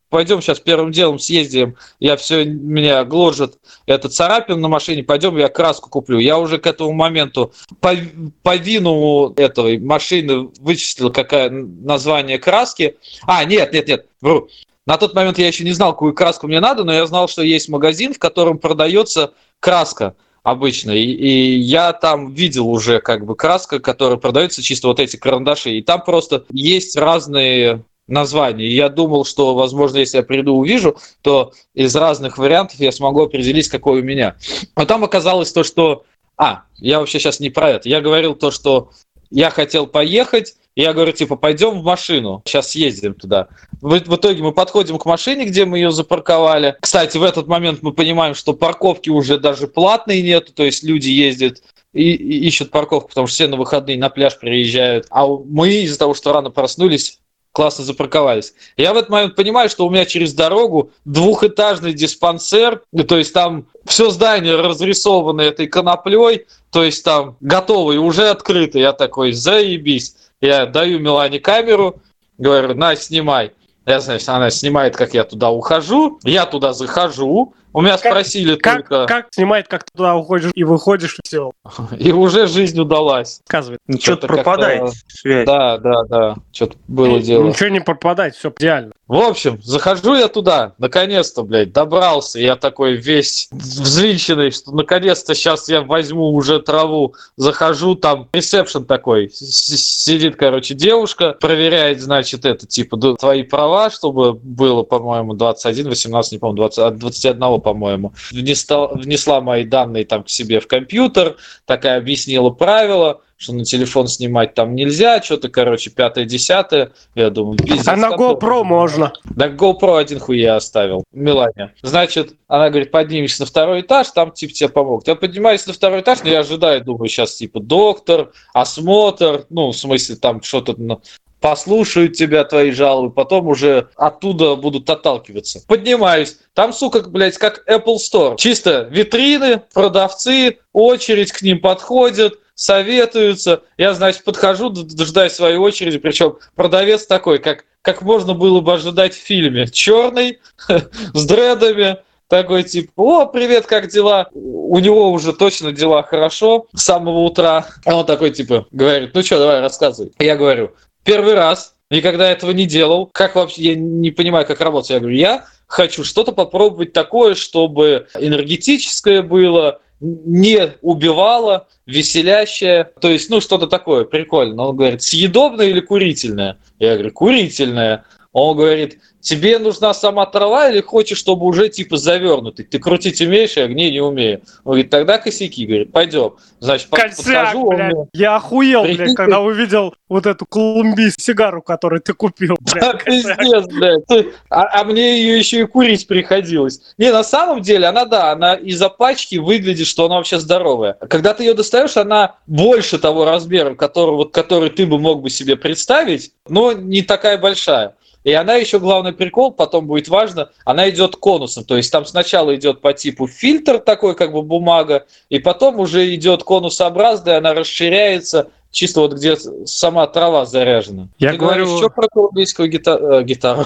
пойдем сейчас первым делом съездим, я все, меня гложет эта царапина на машине, пойдем я краску куплю. Я уже к этому моменту по, по вину этой машины вычислил, какое название краски. А, нет, нет, нет, вру. На тот момент я еще не знал, какую краску мне надо, но я знал, что есть магазин, в котором продается краска обычно. И, и я там видел уже как бы краска, которая продается, чисто вот эти карандаши. И там просто есть разные названия. И я думал, что, возможно, если я приду увижу, то из разных вариантов я смогу определить, какой у меня. Но там оказалось то, что... А, я вообще сейчас не про это. Я говорил то, что я хотел поехать. Я говорю, типа, пойдем в машину, сейчас съездим туда. В, в итоге мы подходим к машине, где мы ее запарковали. Кстати, в этот момент мы понимаем, что парковки уже даже платной нету, то есть люди ездят и, и ищут парковку, потому что все на выходные на пляж приезжают. А мы из-за того, что рано проснулись, классно запарковались. Я в этот момент понимаю, что у меня через дорогу двухэтажный диспансер, то есть там все здание разрисовано этой коноплей, то есть там готовый, уже открытый. Я такой, заебись. Я даю Милане камеру, говорю, на, снимай. Я, значит, она снимает, как я туда ухожу, я туда захожу. У меня как, спросили как, только... Как снимает, как ты туда уходишь и выходишь, и все. И уже жизнь удалась. Сказывает. Ну, что-то пропадает связь. Да, да, да. Что-то было дело. Ничего не пропадает, все идеально. В общем, захожу я туда, наконец-то, блядь, добрался. Я такой весь взвинченный, что наконец-то сейчас я возьму уже траву. Захожу, там ресепшн такой. Сидит, короче, девушка, проверяет, значит, это, типа, твои права, чтобы было, по-моему, двадцать один, восемнадцать, не помню, двадцать, от двадцати одного, по-моему. Внесла, внесла мои данные там к себе в компьютер, такая объяснила правила, что на телефон снимать там нельзя, что-то, короче, пятое-десятое. Я думаю, пиздец. А на GoPro можно. Да, GoPro один хуй я оставил. Милане. Значит, она говорит, поднимешься на второй этаж, там типа тебе помогут. Я поднимаюсь на второй этаж, но я ожидаю, думаю, сейчас типа доктор, осмотр, ну, в смысле, там что-то... послушают тебя, твои жалобы, потом уже оттуда будут отталкиваться. Поднимаюсь. Там, сука, блядь, как Apple Store. Чисто витрины, продавцы, очередь к ним подходят, советуются. Я, значит, подхожу, дожидаюсь своей очереди, причем продавец такой, как, как можно было бы ожидать в фильме. Черный, с дредами, такой типа, о, привет, как дела? У него уже точно дела хорошо с самого утра. А он такой типа говорит, ну что, давай, рассказывай. Я говорю, первый раз, никогда этого не делал. Как вообще, я не понимаю, как работать. Я говорю, я хочу что-то попробовать такое, чтобы энергетическое было, не убивало, веселящее. То есть, ну, что-то такое прикольное. Он говорит, съедобное или курительное? Я говорю, курительное. Он говорит, тебе нужна сама трава или хочешь, чтобы уже типа завернутый? Ты крутить умеешь, я не, не умею. Он говорит, тогда косяки. Говорит, пойдем. Значит, Косяк, подхожу. блядь. Он... Я охуел, Прикинь, блядь, когда увидел вот эту колумбийскую сигару, которую ты купил. Да, пиздец, блядь. А, а мне ее еще и курить приходилось. Не, на самом деле, она, да, она из-за пачки выглядит, что она вообще здоровая. Когда ты ее достаешь, она больше того размера, который, вот, который ты бы мог бы себе представить, но не такая большая. И она еще, главный прикол, потом будет важно, она идет конусом. То есть там сначала идет по типу фильтр такой, как бы бумага, и потом уже идет конусообразная, она расширяется, чисто вот где сама трава заряжена. Я Ты говорю... говоришь, что про колумбийскую гита... гитару?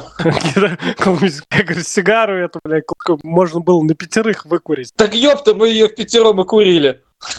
Я говорю, сигару эту, блядь, можно было на пятерых выкурить. Так ёпта, мы ее в пятером и курили.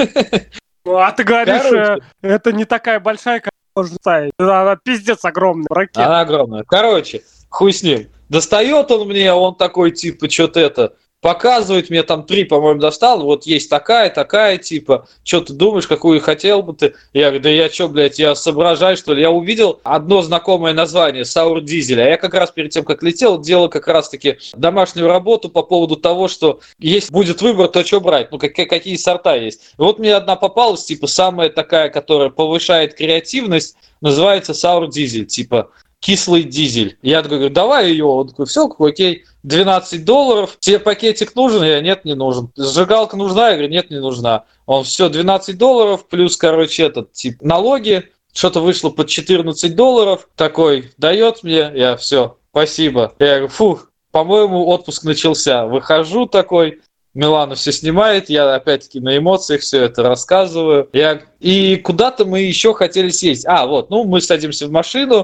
Ну, а ты говоришь, Короче. это не такая большая, как можно ставить. Она пиздец огромная. Ракета. Она огромная. Короче, хуй с ним. Достает он мне, он такой, типа, что-то это... Показывает мне, там три, по-моему, достал, вот есть такая, такая, типа, что ты думаешь, какую хотел бы ты? Я говорю, да я что, блядь, я соображаю, что ли? Я увидел одно знакомое название, Саур Дизель, а я как раз перед тем, как летел, делал как раз-таки домашнюю работу по поводу того, что есть будет выбор, то что брать, ну, какие, какие сорта есть. И вот мне одна попалась, типа, самая такая, которая повышает креативность, называется Саур Дизель, типа, кислый дизель. Я такой говорю, давай ее. Он такой, все, окей, двенадцать долларов. Тебе пакетик нужен? Я, нет, не нужен. Зажигалка нужна? Я говорю, нет, не нужна. Он, все, двенадцать долларов, плюс, короче, этот, тип, налоги. Что-то вышло под четырнадцать долларов. Такой, дает мне, я, все, спасибо. Я говорю, фух, по-моему, отпуск начался. Выхожу такой, Милана все снимает, я опять-таки на эмоциях все это рассказываю. Я... И куда-то мы еще хотели съездить. А, вот, ну, мы садимся в машину,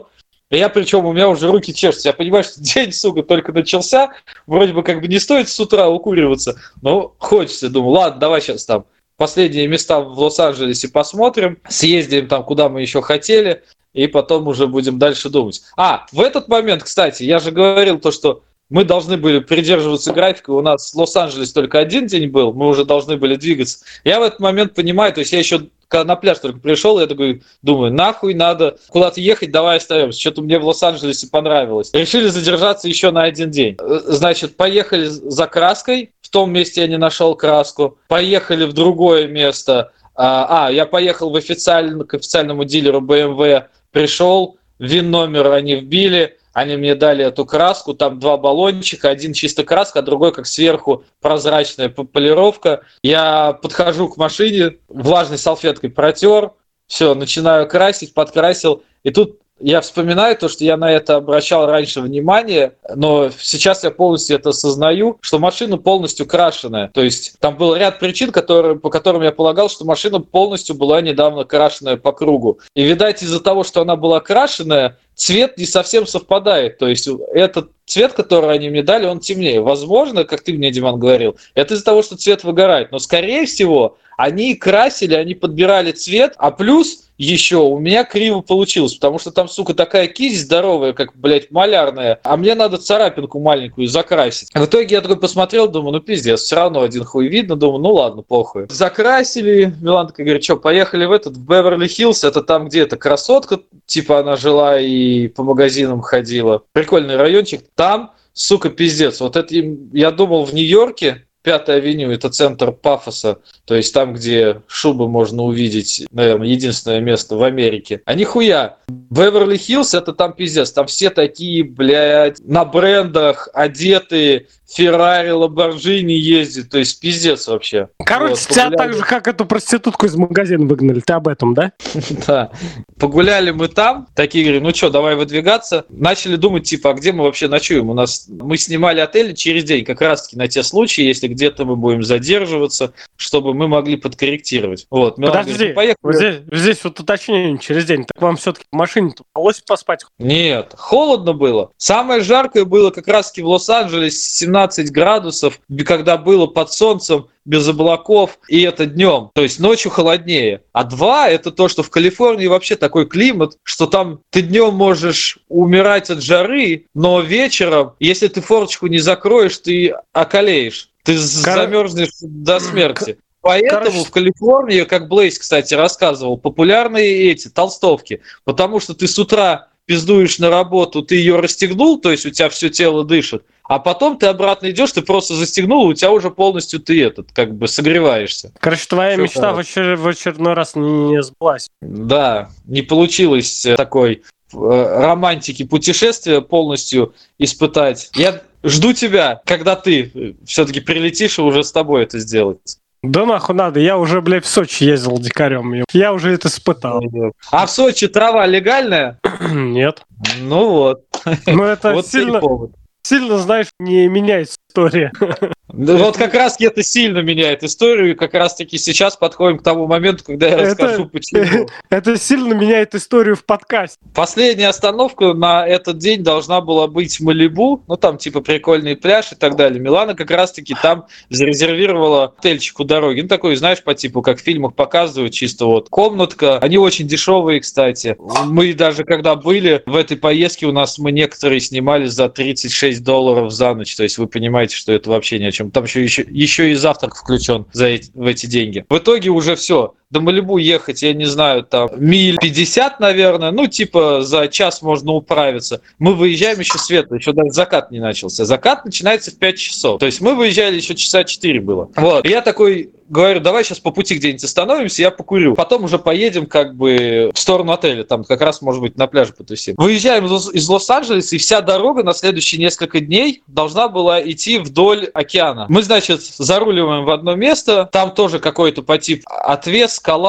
И я, причем, у меня уже руки чешутся. Я понимаю, что день, сука, только начался. Вроде бы как бы не стоит с утра укуриваться, но хочется. Думаю, ладно, давай сейчас там последние места в Лос-Анджелесе посмотрим, съездим там, куда мы еще хотели, и потом уже будем дальше думать. А, в этот момент, кстати, я же говорил то, что мы должны были придерживаться графика, у нас в Лос-Анджелесе только один день был, мы уже должны были двигаться. Я в этот момент понимаю, то есть я еще когда на пляж только пришел, я такой думаю, нахуй надо куда-то ехать, давай остаемся. Что-то мне в Лос-Анджелесе понравилось. Решили задержаться еще на один день. Значит, поехали за краской, в том месте я не нашел краску. Поехали в другое место. А, а я поехал в официально, к официальному дилеру бэ эм вэ, пришел, ВИН-номер они вбили, они мне дали эту краску, там два баллончика, один чисто краска, а другой как сверху прозрачная полировка. Я подхожу к машине, влажной салфеткой протер, все, начинаю красить, подкрасил, и тут я вспоминаю то, что я на это обращал раньше внимание, но сейчас я полностью это осознаю, что машина полностью крашеная. То есть там был ряд причин, которые, по которым я полагал, что машина полностью была недавно крашеная по кругу. И, видать, из-за того, что она была крашеная, цвет не совсем совпадает. То есть этот цвет, который они мне дали, он темнее. Возможно, как ты мне, Диман, говорил, это из-за того, что цвет выгорает. Но, скорее всего, они красили, они подбирали цвет, а плюс еще у меня криво получилось, потому что там, сука, такая кисть здоровая, как, блядь, малярная, а мне надо царапинку маленькую закрасить. В итоге я такой посмотрел, думаю, ну пиздец, все равно один хуй видно, думаю, ну ладно, похуй. Закрасили, Милана такая говорит, что, поехали в этот, в Беверли-Хиллз, это там, где эта красотка, типа она жила и по магазинам ходила. Прикольный райончик, там, сука, пиздец. Вот это, я думал, в Нью-Йорке, Пятая авеню – это центр пафоса, то есть там, где шубы можно увидеть, наверное, единственное место в Америке. А нихуя. Беверли-Хиллз – это там пиздец. Там все такие, блядь, на брендах одетые, Феррари, Ламборджини ездят, то есть пиздец вообще. Короче, вот, тебя погуляли... так же, как эту проститутку из магазина выгнали. Ты об этом, да? Да. Погуляли мы там, такие говорим, ну что, давай выдвигаться. Начали думать, типа, а где мы вообще ночуем? У нас мы снимали отель через день, как раз-таки на те случаи, если где-то мы будем задерживаться, чтобы мы могли подкорректировать. Вот. Подожди, говорит, ну, здесь, здесь вот уточнение через день. Так вам все-таки в машине-то удалось поспать? Нет, холодно было. Самое жаркое было как раз-таки в Лос-Анджелесе, семнадцать градусов, когда было под солнцем, без облаков, и это днем, то есть ночью холоднее. А два – это то, что в Калифорнии вообще такой климат, что там ты днем можешь умирать от жары, но вечером, если ты форточку не закроешь, ты околеешь, ты Кор... замерзнешь до смерти. Поэтому Короче... в Калифорнии, как Блейз, кстати, рассказывал, популярные эти толстовки, потому что ты с утра пиздуешь на работу, ты ее расстегнул, то есть у тебя все тело дышит, а потом ты обратно идешь, ты просто застегнул, у тебя уже полностью ты этот, как бы согреваешься. Короче, твоя Всё мечта в, очер... в очередной раз не, не сбылась. Да, не получилось такой э, романтики путешествия полностью испытать. Я жду тебя, когда ты все-таки прилетишь, и уже с тобой это сделать. Да нахуй надо, я уже, блядь, в Сочи ездил дикарем, я уже это испытал. А в Сочи трава легальная? Нет. Ну вот. Ну это вот сильно, сильно, знаешь, не меняет история. Да, вот как раз это сильно меняет историю, и как раз таки сейчас подходим к тому моменту, когда я это, расскажу, почему. Это сильно меняет историю в подкасте. Последняя остановка на этот день должна была быть Малибу, ну там типа прикольный пляж и так далее. Милана как раз таки там зарезервировала отельчик у дороги, ну такой, знаешь, по типу, как в фильмах показывают, чисто вот комнатка. Они очень дешевые, кстати. Мы даже когда были в этой поездке, у нас мы некоторые снимали за тридцать шесть долларов за ночь, то есть вы понимаете, что это вообще ни о чем. Там еще, еще, еще и завтрак включен за эти, в эти деньги. В итоге уже все. До Малибу ехать, я не знаю, там миль пятьдесят, наверное. Ну, типа, за час можно управиться. Мы выезжаем еще светло, еще даже закат не начался. Закат начинается в пять часов. То есть мы выезжали, еще часа четыре было. Вот. И я такой говорю, давай сейчас по пути где-нибудь остановимся, я покурю. Потом уже поедем как бы в сторону отеля. Там как раз, может быть, на пляже потусим. Выезжаем из Лос-Анджелеса, и вся дорога на следующие несколько дней должна была идти вдоль океана. Мы, значит, заруливаем в одно место. Там тоже какой-то по типу отвес, скала,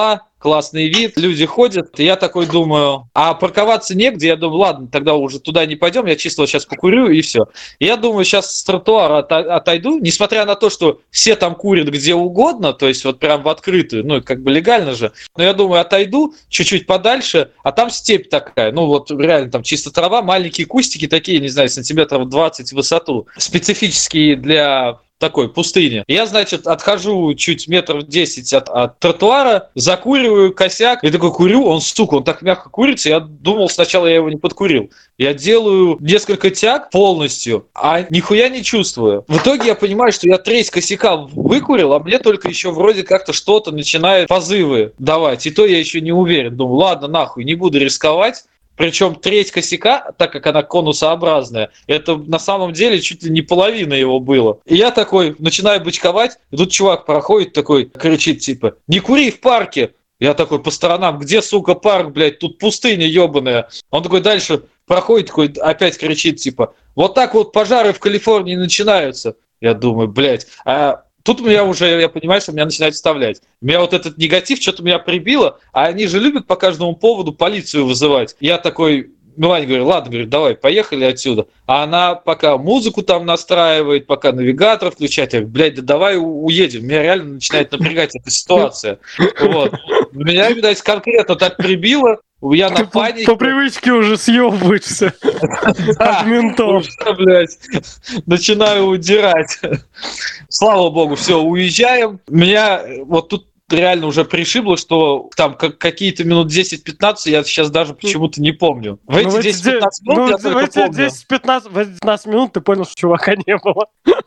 классный вид, люди ходят. И я такой думаю, а парковаться негде. Я думаю, ладно, тогда уже туда не пойдем, я чисто вот сейчас покурю и все. И я думаю, сейчас с тротуара отойду, несмотря на то, что все там курят где угодно, то есть вот прям в открытую, ну, как бы легально же. Но я думаю, отойду чуть-чуть подальше, а там степь такая, ну, вот реально там чисто трава, маленькие кустики такие, не знаю, сантиметров двадцать в высоту, специфические для такой пустыни. Я, значит, отхожу чуть метров десять от, от тротуара, закуриваю косяк, и такой курю, он, сука, он так мягко курится, я думал, сначала я его не подкурил. Я делаю несколько тяг полностью, а нихуя не чувствую. В итоге я понимаю, что я треть косяка выкурил, а мне только еще вроде как-то что-то начинает позывы давать. И то я еще не уверен. Думаю, ладно, нахуй, не буду рисковать. Причем треть косяка, так как она конусообразная, это на самом деле чуть ли не половина его было. И я такой начинаю бычковать, и тут чувак проходит такой, кричит типа, не кури в парке. Я такой по сторонам, где, сука, парк, блядь, тут пустыня ебаная. Он такой дальше проходит, такой опять кричит типа, вот так вот пожары в Калифорнии начинаются. Я думаю, блядь, а... Тут у меня уже, я понимаю, что меня начинает вставлять. Меня вот этот негатив что-то меня прибило, а они же любят по каждому поводу полицию вызывать. Я такой, Милане говорю, ладно, говорю, давай, поехали отсюда. А она пока музыку там настраивает, пока навигатор включает, я говорю, блядь, да давай уедем. Меня реально начинает напрягать эта ситуация. Вот. Меня, видать, конкретно так прибило. Я на панике. По привычке уже съебываешься от ментов. Блядь, начинаю удирать. Слава богу, все, уезжаем. Меня вот тут реально уже пришибло, что там какие-то минут десять-пятнадцать я сейчас даже почему-то не помню. В эти десять-пятнадцать минут я только помню. В эти десять-пятнадцать минут ты понял, что чувака не было.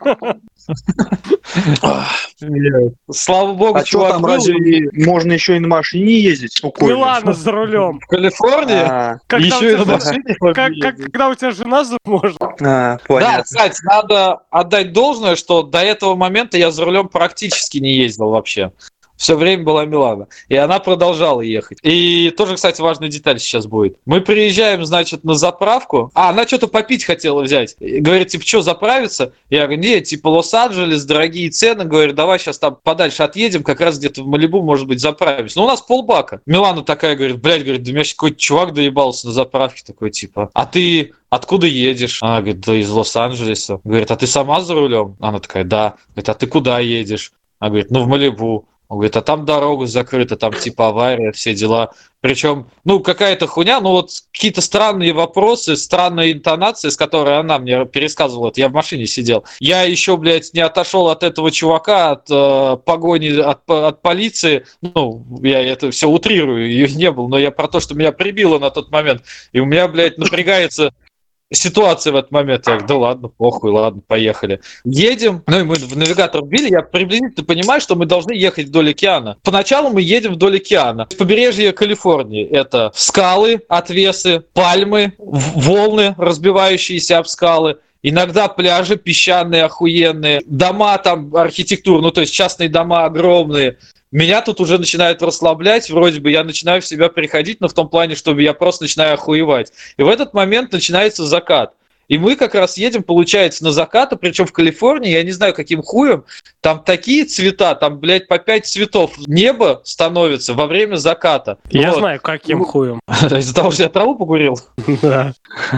Слава богу, а чувак что там, был. разве можно еще и на машине ездить? Милана за рулем. В Калифорнии? Еще и на машине? Когда у тебя жена за можно. А, понятно. Да, кстати, надо отдать должное, что до этого момента я за рулем практически не ездил вообще. Все время была Милана. И она продолжала ехать. И тоже, кстати, важная деталь сейчас будет. Мы приезжаем, значит, на заправку. А, она что-то попить хотела взять. И говорит, типа, что, заправиться? Я говорю, нет, типа, Лос-Анджелес, дорогие цены. Говорю, давай сейчас там подальше отъедем, как раз где-то в Малибу, может быть, заправимся. Ну, у нас полбака. Милана такая говорит, блядь, говорит, да у меня сейчас какой-то чувак доебался на заправке. Такой, типа, а ты... Откуда едешь? Она говорит, да из Лос-Анджелеса. Говорит, а ты сама за рулем? Она такая, да. Говорит, а ты куда едешь? Она говорит, ну в Малибу. Он говорит, а там дорога закрыта, там типа авария, все дела. Причем, ну, какая-то хуйня, ну вот какие-то странные вопросы, странная интонация, с которой она мне пересказывала, я в машине сидел. Я еще, блядь, не отошел от этого чувака, от э, погони, от, от полиции. Ну, я это все утрирую, ее не было, но я про то, что меня прибило на тот момент. И у меня, блядь, напрягается... ситуация в этот момент. Я говорю, да ладно, похуй, ладно, поехали. Едем, ну и мы в навигатор вбили, я приблизительно понимаю, что мы должны ехать вдоль океана. Поначалу мы едем вдоль океана. Побережье Калифорнии — это скалы, отвесы, пальмы, волны, разбивающиеся об скалы. Иногда пляжи песчаные, охуенные, дома там, архитектура, ну то есть частные дома огромные. Меня тут уже начинает расслаблять, вроде бы я начинаю в себя приходить, но в том плане, что я просто начинаю охуевать. И в этот момент начинается закат. И мы как раз едем, получается, на закат, причем в Калифорнии, я не знаю, каким хуем, там такие цвета, там, блядь, по пять цветов небо становится во время заката. Я вот. знаю, каким хуем. Из-за того, что я траву покурил? Да.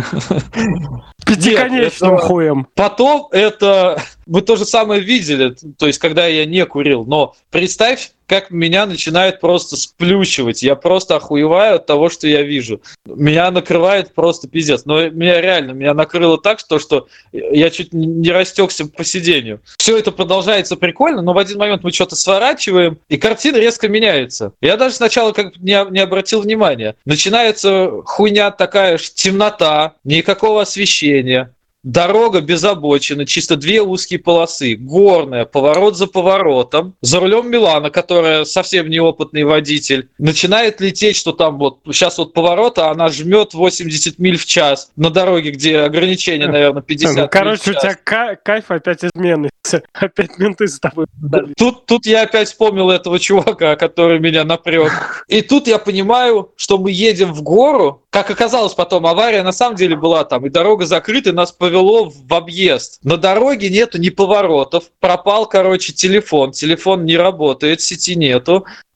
Пятиконечным хуем. Потом это... Вы то же самое видели, то есть, когда я не курил, но представь, как меня начинает просто сплющивать. Я просто охуеваю от того, что я вижу. Меня накрывает просто пиздец. Но меня реально, меня накрыло так, что, что я чуть не растекся по сиденью. Все это продолжается прикольно, но в один момент мы что-то сворачиваем, и картина резко меняется. Я даже сначала как бы не, не обратил внимания. Начинается хуйня такая, темнота, никакого освещения. Дорога без обочины, чисто две узкие полосы, горная, поворот за поворотом. За рулем Милана, которая совсем неопытный водитель, начинает лететь, что там вот, сейчас вот поворот, а она жмет восемьдесят миль в час на дороге, где ограничение, наверное, пятьдесят миль в час. Короче, у тебя кайф опять изменный. Опять менты с тобой. Тут, тут я опять вспомнил этого чувака, который меня напрёг. И тут я понимаю, что мы едем в гору. Как оказалось потом, авария на самом деле была там, и дорога закрыта, и нас повело в объезд. На дороге нету ни поворотов. Пропал, короче, телефон. Телефон не работает, сети нету.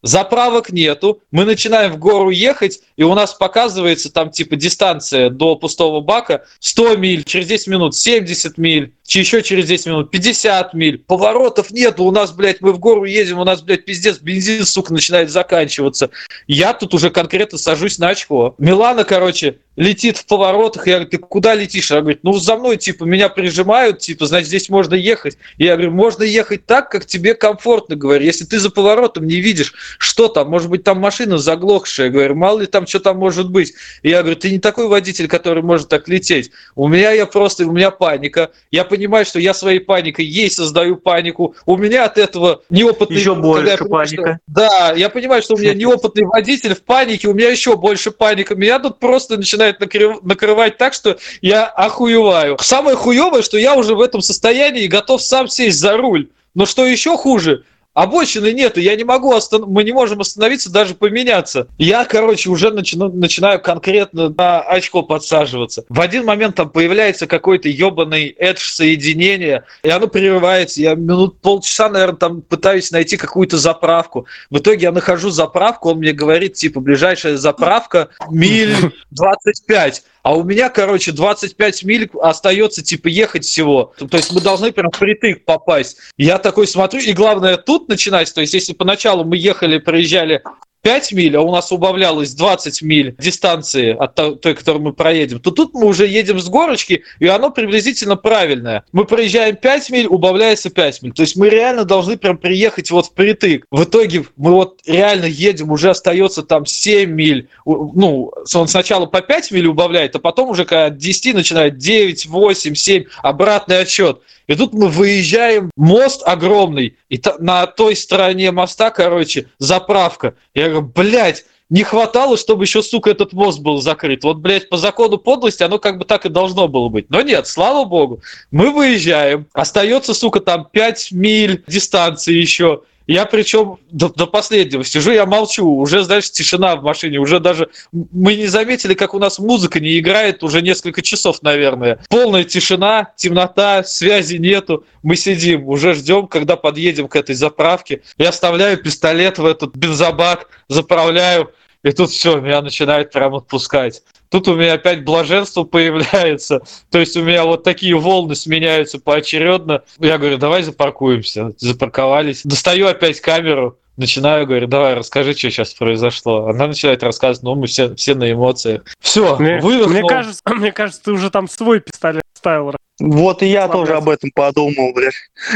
заправок нету, мы начинаем в гору ехать, и у нас показывается там типа дистанция до пустого бака сто миль, через десять минут семьдесят миль, еще через десять минут пятьдесят миль, поворотов нету, у нас, блядь, мы в гору едем, у нас, блядь, пиздец, бензин, сука, начинает заканчиваться. Я тут уже конкретно сажусь на очко. Милана, короче, летит в поворотах, я говорю, ты куда летишь? Она говорит, ну за мной, типа, меня прижимают, типа, значит, здесь можно ехать. Я говорю, можно ехать так, как тебе комфортно, говорю, если ты за поворотом не видишь, что там, может быть, там машина заглохшая, говорю, мало ли там, что там может быть. И я говорю, ты не такой водитель, который может так лететь. У меня я просто, у меня паника, я понимаю, что я своей паникой ей создаю панику, у меня от этого неопытный... Еще больше понимаю, паника. Что, да, я понимаю, что у меня неопытный водитель в панике, у меня еще больше паника, меня тут просто начинает накрыв... накрывать так, что я охуеваю. Самое хуевое, что я уже в этом состоянии готов сам сесть за руль. Но что еще хуже, обочины нету, я не могу остан... мы не можем остановиться, даже поменяться. Я, короче, уже начину... начинаю конкретно на очко подсаживаться. В один момент там появляется какой-то ебаный эдж соединение, и оно прерывается. Я минут полчаса, наверное, там пытаюсь найти какую-то заправку. В итоге я нахожу заправку, он мне говорит, типа, ближайшая заправка миль двадцать пять. А у меня, короче, двадцать пять миль остается, типа, ехать всего. То есть мы должны прям впритык попасть. Я такой смотрю, и главное тут начинать. То есть если поначалу мы ехали, проезжали пять миль, а у нас убавлялось двадцать миль дистанции от той, которую мы проедем, то тут мы уже едем с горочки, и оно приблизительно правильное. Мы проезжаем пять миль, убавляется пять миль. То есть мы реально должны прям приехать вот впритык. В итоге мы вот реально едем, уже остается там семь миль. Ну, он сначала по пять миль убавляет, а потом уже от десяти начинает девять, восемь, семь, обратный отсчет. И тут мы выезжаем, мост огромный, и та, на той стороне моста, короче, заправка. Я говорю, блядь, не хватало, чтобы еще, сука, этот мост был закрыт. Вот, блядь, по закону подлости оно как бы так и должно было быть. Но нет, слава богу, мы выезжаем, остается, сука, там пять миль дистанции еще. Я причем до, до последнего сижу, я молчу, уже, знаешь, тишина в машине, уже даже мы не заметили, как у нас музыка не играет уже несколько часов, наверное. Полная тишина, темнота, связи нету, мы сидим, уже ждем, когда подъедем к этой заправке. Я вставляю пистолет в этот бензобак, заправляю, и тут все, меня начинает прям отпускать. Тут у меня опять блаженство появляется. То есть у меня вот такие волны сменяются поочередно. Я говорю, давай запаркуемся. Запарковались. Достаю опять камеру. Начинаю, говорю, давай, расскажи, что сейчас произошло. Она начинает рассказывать, ну, мы все, все на эмоциях. Все, мне, выдохнул. Мне кажется, мне кажется, ты уже там свой пистолет ставил. Вот и я Слабый. тоже об этом подумал, блядь.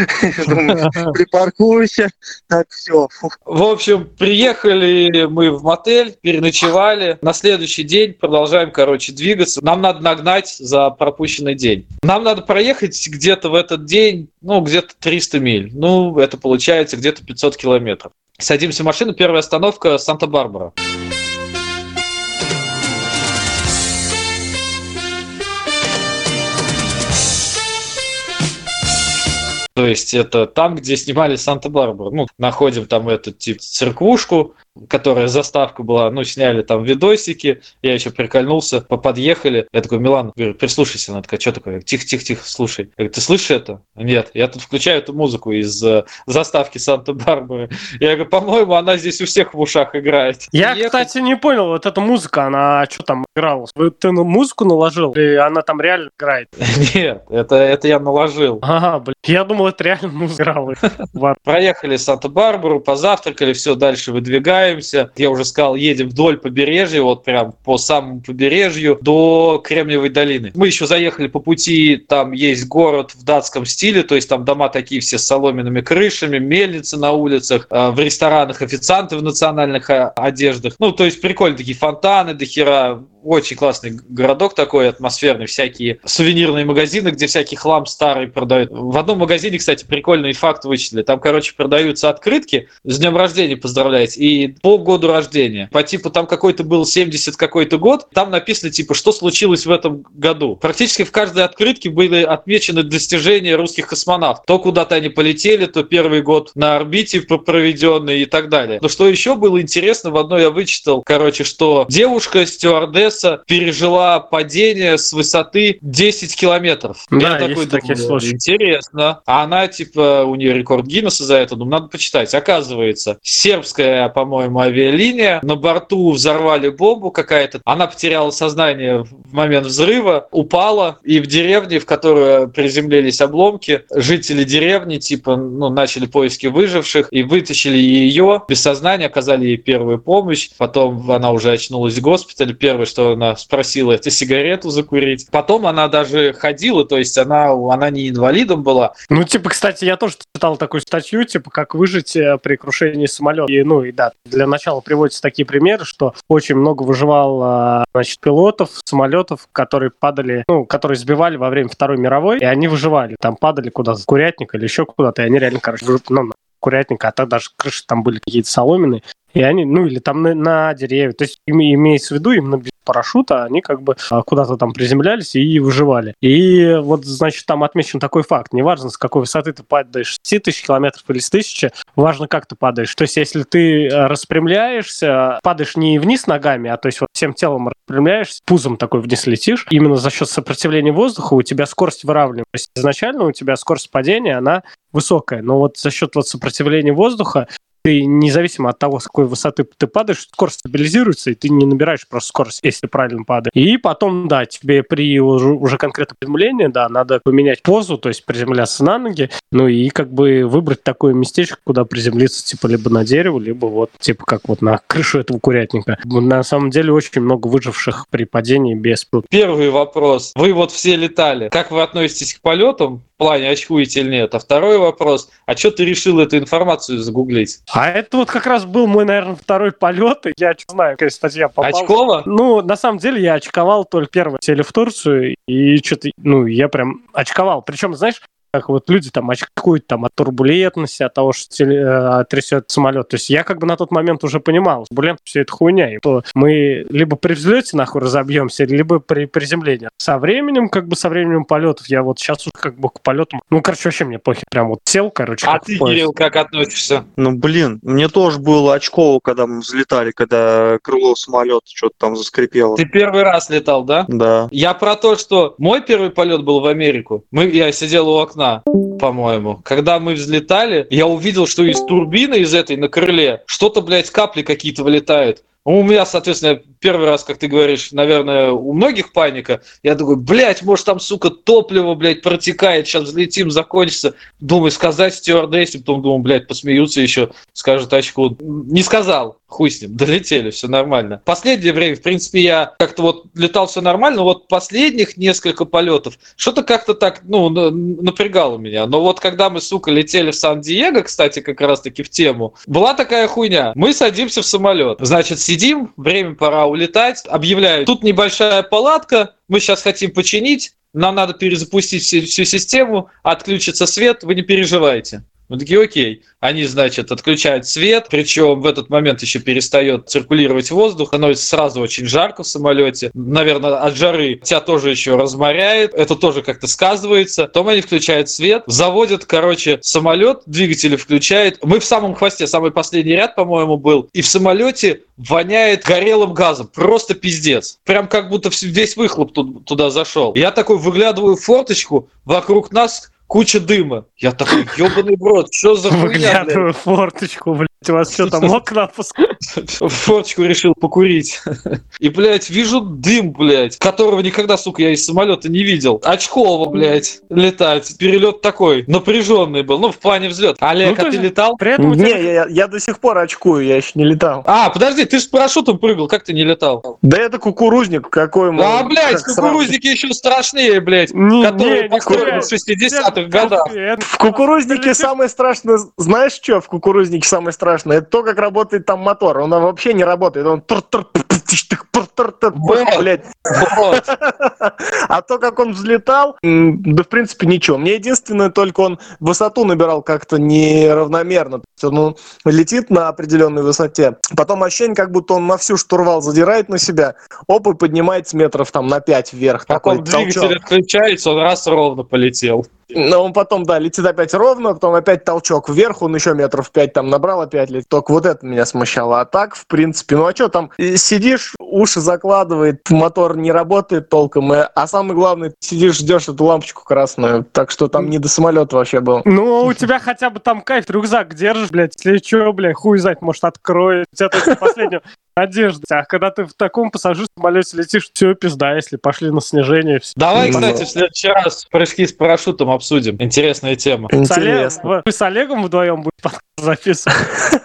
Думаю, припаркуйся. Так, все. В общем, приехали мы в мотель, переночевали. На следующий день продолжаем, короче, двигаться. Нам надо нагнать за пропущенный день. Нам надо проехать где-то в этот день, ну, где-то триста миль. Ну, это получается где-то пятьсот километров. Садимся в машину, первая остановка Санта-Барбара. То есть это там, где снимали Санта-Барбару. Ну, находим там эту типа церквушку, которая заставка была, ну, сняли там видосики, я еще прикольнулся, подъехали, я такой, Милан, говорю, прислушайся, она такая, что такое? Тихо-тихо-тихо, слушай. Я говорю, ты слышишь это? Нет, я тут включаю эту музыку из uh, заставки Санта-Барбары. Я говорю, по-моему, она здесь у всех в ушах играет. Я, Ехать... кстати, не понял, вот эта музыка, она что там играла? Ты музыку наложил, или она там реально играет? Нет, это, это я наложил. Ага, блин, я думал, это реально музыка играла. Проехали Санта-Барбару, позавтракали, все, дальше выдвигаем. Я уже сказал, едем вдоль побережья, вот прям по самому побережью до Кремниевой долины. Мы еще заехали по пути, там есть город в датском стиле, то есть там дома такие все с соломенными крышами, мельницы на улицах, в ресторанах официанты в национальных одеждах. Ну, то есть прикольно, такие фонтаны до хера. Очень классный городок такой, атмосферный, всякие сувенирные магазины, где всякий хлам старый продают. В одном магазине, кстати, прикольный факт вычислили. Там, короче, продаются открытки с днем рождения поздравлять и по году рождения. По типу там какой-то был семьдесят какой-то год, там написано типа, что случилось в этом году. Практически в каждой открытке были отмечены достижения русских космонавтов. То куда-то они полетели, то первый год на орбите проведенный и так далее. Но что еще было интересно, в одной я вычитал, короче, что девушка, стюардесса, стюардесса пережила падение с высоты десять километров. Да, Я такой есть такие думаю, случаи. интересно. А она, типа, у нее рекорд Гиннесса за это, ну, надо почитать. Оказывается, сербская, по-моему, авиалиния, на борту взорвали бомбу какая-то, она потеряла сознание в момент взрыва, упала, и в деревне, в которую приземлились обломки, жители деревни, типа, ну, начали поиски выживших и вытащили ее без сознания, оказали ей первую помощь. Потом она уже очнулась в госпитале. Первое, что она спросила, это сигарету закурить. Потом она даже ходила, то есть она, она не инвалидом была. Ну, типа, кстати, я тоже читал такую статью, типа, как выжить э, при крушении самолета. И, ну, и да, для начала приводятся такие примеры, что очень много выживало, э, значит, пилотов самолетов, которые падали, ну, которые сбивали во время Второй мировой, и они выживали. Там падали куда-то в курятник или еще куда-то, и они реально, короче, выжив... ну, курятника, а так даже крыши там были какие-то соломенные, и они, ну, или там на, на деревья. То есть, имеется в виду, именно без парашюта они как бы куда-то там приземлялись и выживали. И вот, значит, там отмечен такой факт. Неважно, с какой высоты ты падаешь, с пяти тысяч километров или с тысячи, важно, как ты падаешь. То есть, если ты распрямляешься, падаешь не вниз ногами, а то есть вот всем телом распрямляешься, пузом такой вниз летишь, именно за счет сопротивления воздуха у тебя скорость выравнивается. То есть, изначально у тебя скорость падения, она высокая, но вот за счет вот сопротивления воздуха ты, независимо от того, с какой высоты ты падаешь, скорость стабилизируется, и ты не набираешь просто скорость, если правильно падаешь. И потом, да, тебе при уже, уже конкретном приземлении, да, надо поменять позу, то есть приземляться на ноги, ну и как бы выбрать такое местечко, куда приземлиться, типа, либо на дерево, либо вот, типа, как вот на крышу этого курятника. На самом деле очень много выживших при падении без пилота. Первый вопрос. Вы вот все летали. Как вы относитесь к полетам? В плане, очкуете или нет? А второй вопрос. А что ты решил эту информацию загуглить? А это вот как раз был мой, наверное, второй полет. И я не знаю, какая статья попала. Очково? Ну, на самом деле, я очковал только первое. Сели в Турцию, и что-то, ну, я прям очковал. Причем, знаешь, как вот люди там очкуют там, от турбулентности, от того, что э, трясет самолет. То есть я как бы на тот момент уже понимал, турбулент все это хуйня. И то мы либо при взлете нахуй разобьемся, либо при приземлении. Со временем, как бы со временем полетов, я вот сейчас уже как бы к полетам... Ну, короче, вообще мне похер. Прям вот сел, короче. А ты, Кирилл, как относишься? Ну, блин, мне тоже было очково, когда мы взлетали, когда крыло самолета что-то там заскрипело. Ты первый раз летал, да? Да. Я про то, что мой первый полет был в Америку. Мы, я сидел у окна, по-моему. Когда мы взлетали, я увидел, что из турбины, из этой на крыле, что-то, блядь, капли какие-то вылетают. У меня, соответственно, первый раз, как ты говоришь, наверное, у многих паника. Я такой, блядь, может там, сука, топливо, блядь, протекает, сейчас взлетим, закончится. Думаю, сказать стюардессе, потом думаю, блядь, посмеются еще, скажут очку. Не сказал, хуй с ним, долетели, все нормально. Последнее время, в принципе, я как-то вот летал все нормально, вот последних несколько полетов что-то как-то так, ну, напрягало меня. Но вот когда мы, сука, летели в Сан-Диего, кстати, как раз-таки в тему, была такая хуйня. Мы садимся в самолет, значит, сидим, время пора улетать, объявляют, тут небольшая палатка, мы сейчас хотим починить, нам надо перезапустить всю, всю систему, отключится свет, вы не переживайте. Мы такие, окей. Они, значит, отключают свет, причем в этот момент еще перестает циркулировать воздух, становится сразу очень жарко в самолете. Наверное, от жары тебя тоже еще разморяет, это тоже как-то сказывается. Потом они включают свет, заводят, короче, самолет, двигатели включают. Мы в самом хвосте, самый последний ряд, по-моему, был, и в самолете воняет горелым газом. Просто пиздец. Прям как будто весь выхлоп туда зашел. Я такой выглядываю в форточку, вокруг нас куча дыма. Я такой, ебаный в рот, что за хуйня, Выглядываю в форточку, блядь, у вас что там, окна пускают? В форточку решил покурить. И, блядь, вижу дым, блядь, которого никогда, сука, я из самолета не видел. Очково, блядь, летать. Перелет такой напряженный был, ну, в плане взлет. Олег, Ну, а ты есть, летал? При этом у Не, тебя... я, я до сих пор очкую, я еще не летал. А, подожди, ты же с парашютом прыгал, как ты не летал? Да это кукурузник, какой мы. А, блядь, как кукурузники еще страшнее, блядь, Не, которые не, построены нихуя. в шестидесятых годах. В кукурузнике самое страшное, знаешь что в кукурузнике самое страшное? Это то, как работает там мотор. Он вообще не работает. Он блядь. А то, как он взлетал, да в принципе ничего. Мне единственное, только он высоту набирал как-то неравномерно. Он летит на определенной высоте. Потом ощущение, как будто он на всю штурвал задирает на себя. Оп, и поднимается метров там на пять вверх. Потом двигатель отключается, он раз ровно полетел. Но он потом, да, летит опять ровно, потом опять толчок вверх, он еще метров пять там набрал, опять летит. Только вот это меня смущало. А так, в принципе, ну а что там, сидишь, уши закладывает, мотор не работает толком, и, а самое главное, сидишь, ждешь эту лампочку красную. Так что там не до самолета вообще был. Ну, у тебя хотя бы там кайф, рюкзак держишь, блядь, если что, блядь, хуй знает, может, откроет. У тебя только последнюю одежду. А когда ты в таком пассажирском самолете летишь, все, пизда, если пошли на снижение. Все. Давай, Ну, кстати, в следующий раз прыжки с парашютом обсудим. Интересная тема. Интересно. Вы с Олегом вдвоем будете подкаст записывать?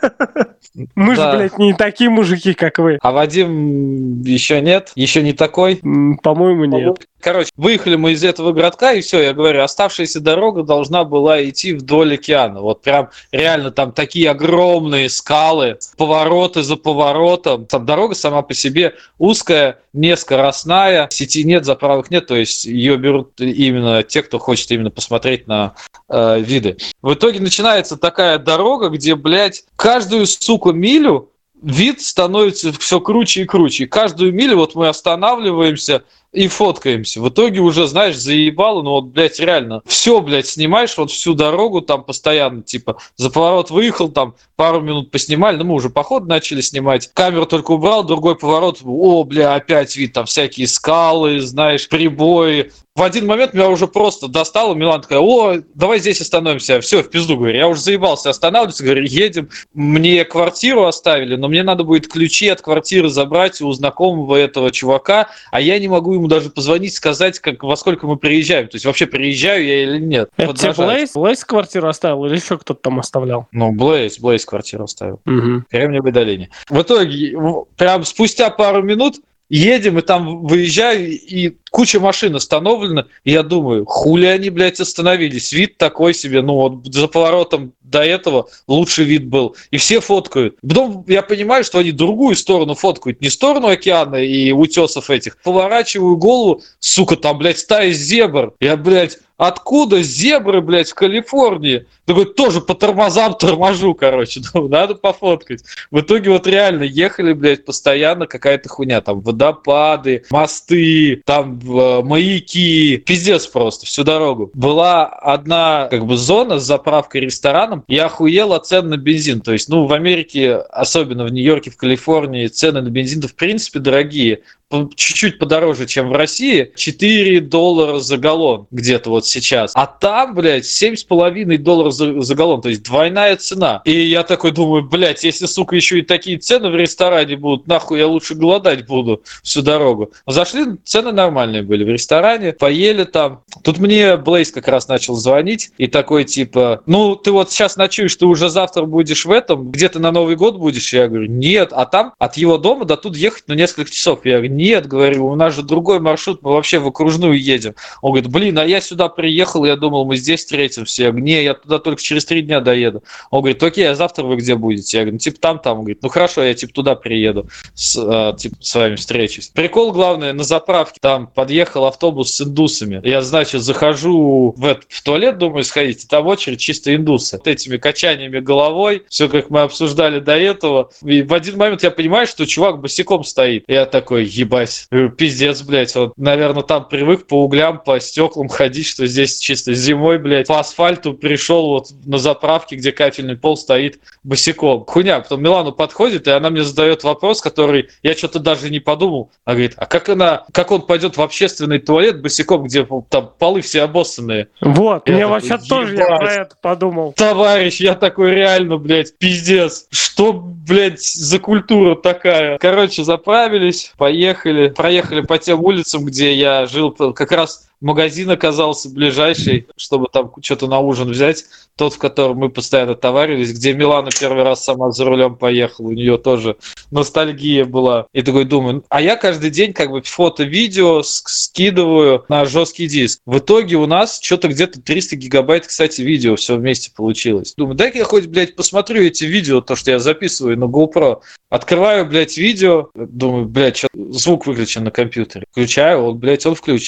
Мы же, Да. блядь, не такие мужики, как вы. А Вадим еще нет? Еще не такой? М, По-моему, нет. Короче, выехали мы из этого городка, и все, я говорю, оставшаяся дорога должна была идти вдоль океана. Вот прям реально там такие огромные скалы, повороты за поворотом. Там дорога сама по себе узкая, не скоростная, сети нет, заправок нет, то есть ее берут именно те, кто хочет именно посмотреть на э, виды. В итоге начинается такая дорога, где, блядь, каждую, сука, милю вид становится все круче и круче. И каждую милю вот мы останавливаемся и фоткаемся. В итоге уже, знаешь, заебало, ну вот, блядь, реально. Все, блядь, снимаешь вот всю дорогу там постоянно, типа, за поворот выехал, там пару минут поснимали, ну мы уже по ходу начали снимать. Камеру только убрал, другой поворот, о, бля, опять вид, там всякие скалы, знаешь, прибои. В один момент меня уже просто достало, Милана такая, о, давай здесь остановимся. Все, в пизду, говорю. Я уже заебался останавливаться, говорю, едем. Мне квартиру оставили, но мне надо будет ключи от квартиры забрать у знакомого этого чувака, а я не могу ему даже позвонить, сказать, как, во сколько мы приезжаем. То есть вообще приезжаю я или нет. Это тебе Блейз? Блейз квартиру оставил или еще кто-то там оставлял? Ну, Блейз, Блейз квартиру оставил. Угу. Кремниевой долине. В итоге, прям спустя пару минут едем, и там выезжаю, и куча машин остановлена, и я думаю, хули они, блядь, остановились? Вид такой себе, ну вот за поворотом до этого лучший вид был. И все фоткают. Потом я понимаю, что они другую сторону фоткают, не сторону океана и утесов этих. Поворачиваю голову, сука, там, блядь, стая зебр. Я, блядь, откуда зебры, блядь, в Калифорнии? Такой тоже по тормозам торможу, короче. Думаю, надо пофоткать. В итоге вот реально ехали, блядь, постоянно какая-то хуйня. Там водопады, мосты, там э, маяки. Пиздец просто всю дорогу. Была одна как бы зона с заправкой рестораном. Я охуел от цен на бензин. То есть, ну, в Америке, особенно в Нью-Йорке, в Калифорнии, цены на бензин, в принципе, дорогие. Чуть-чуть подороже, чем в России. четыре доллара за галлон где-то вот сейчас. А там, блядь, семь с половиной долларов за, за галлон. То есть двойная цена. И я такой думаю, блядь, если, сука, еще и такие цены в ресторане будут, нахуй я лучше голодать буду всю дорогу. Зашли, цены нормальные были в ресторане, поели там. Тут мне Блейз как раз начал звонить и такой типа, ну, ты вот сейчас ночуешь, ты уже завтра будешь в этом, где ты на Новый год будешь? Я говорю, нет. А там от его дома до тут ехать, ну, несколько часов. Я говорю, нет, говорю, у нас же другой маршрут, мы вообще в окружную едем. Он говорит, блин, а я сюда приехал, я думал, мы здесь встретимся. Я говорю, не, я туда только через три дня доеду. Он говорит, окей, а завтра вы где будете? Я говорю, ну, типа там-там. Он говорит, ну, хорошо, я типа туда приеду, с, а, типа с вами встречусь. Прикол, главное, на заправке там подъехал автобус с индусами. Я, значит, захожу в, этот, в туалет, думаю, сходить, и там очередь чисто индусы. Вот этими качаниями головой, все, как мы обсуждали до этого. И в один момент я понимаю, что чувак босиком стоит. Я такой, ебать, пиздец, блядь, он, наверное, там привык по углям, по стеклам ходить, что здесь чисто зимой, блядь, по асфальту пришел вот на заправке, где кафельный пол стоит босиком. Хуйня. Потом Милану подходит, и она мне задает вопрос, который я что-то даже не подумал. Она говорит, а как она, как он пойдет в общественный туалет босиком, где там полы все обоссанные? Вот, я мне такой, вообще тоже я про это подумал. Товарищ, я такой реально, блядь, пиздец. Что, блядь, за культура такая? Короче, заправились, поехали. Проехали по тем улицам, где я жил, как раз магазин оказался ближайший, чтобы там что-то на ужин взять, тот, в котором мы постоянно товарились, где Милана первый раз сама за рулем поехала, у нее тоже ностальгия была. И такой думаю, а я каждый день как бы фото-видео скидываю на жесткий диск. В итоге у нас что-то где-то триста гигабайт, кстати, видео все вместе получилось. Думаю, дай-ка я хоть, блядь, посмотрю эти видео, то, что я записываю на GoPro. Открываю, блядь, видео, думаю, блядь, что звук выключен на компьютере. Включаю, вот, блядь, он включен.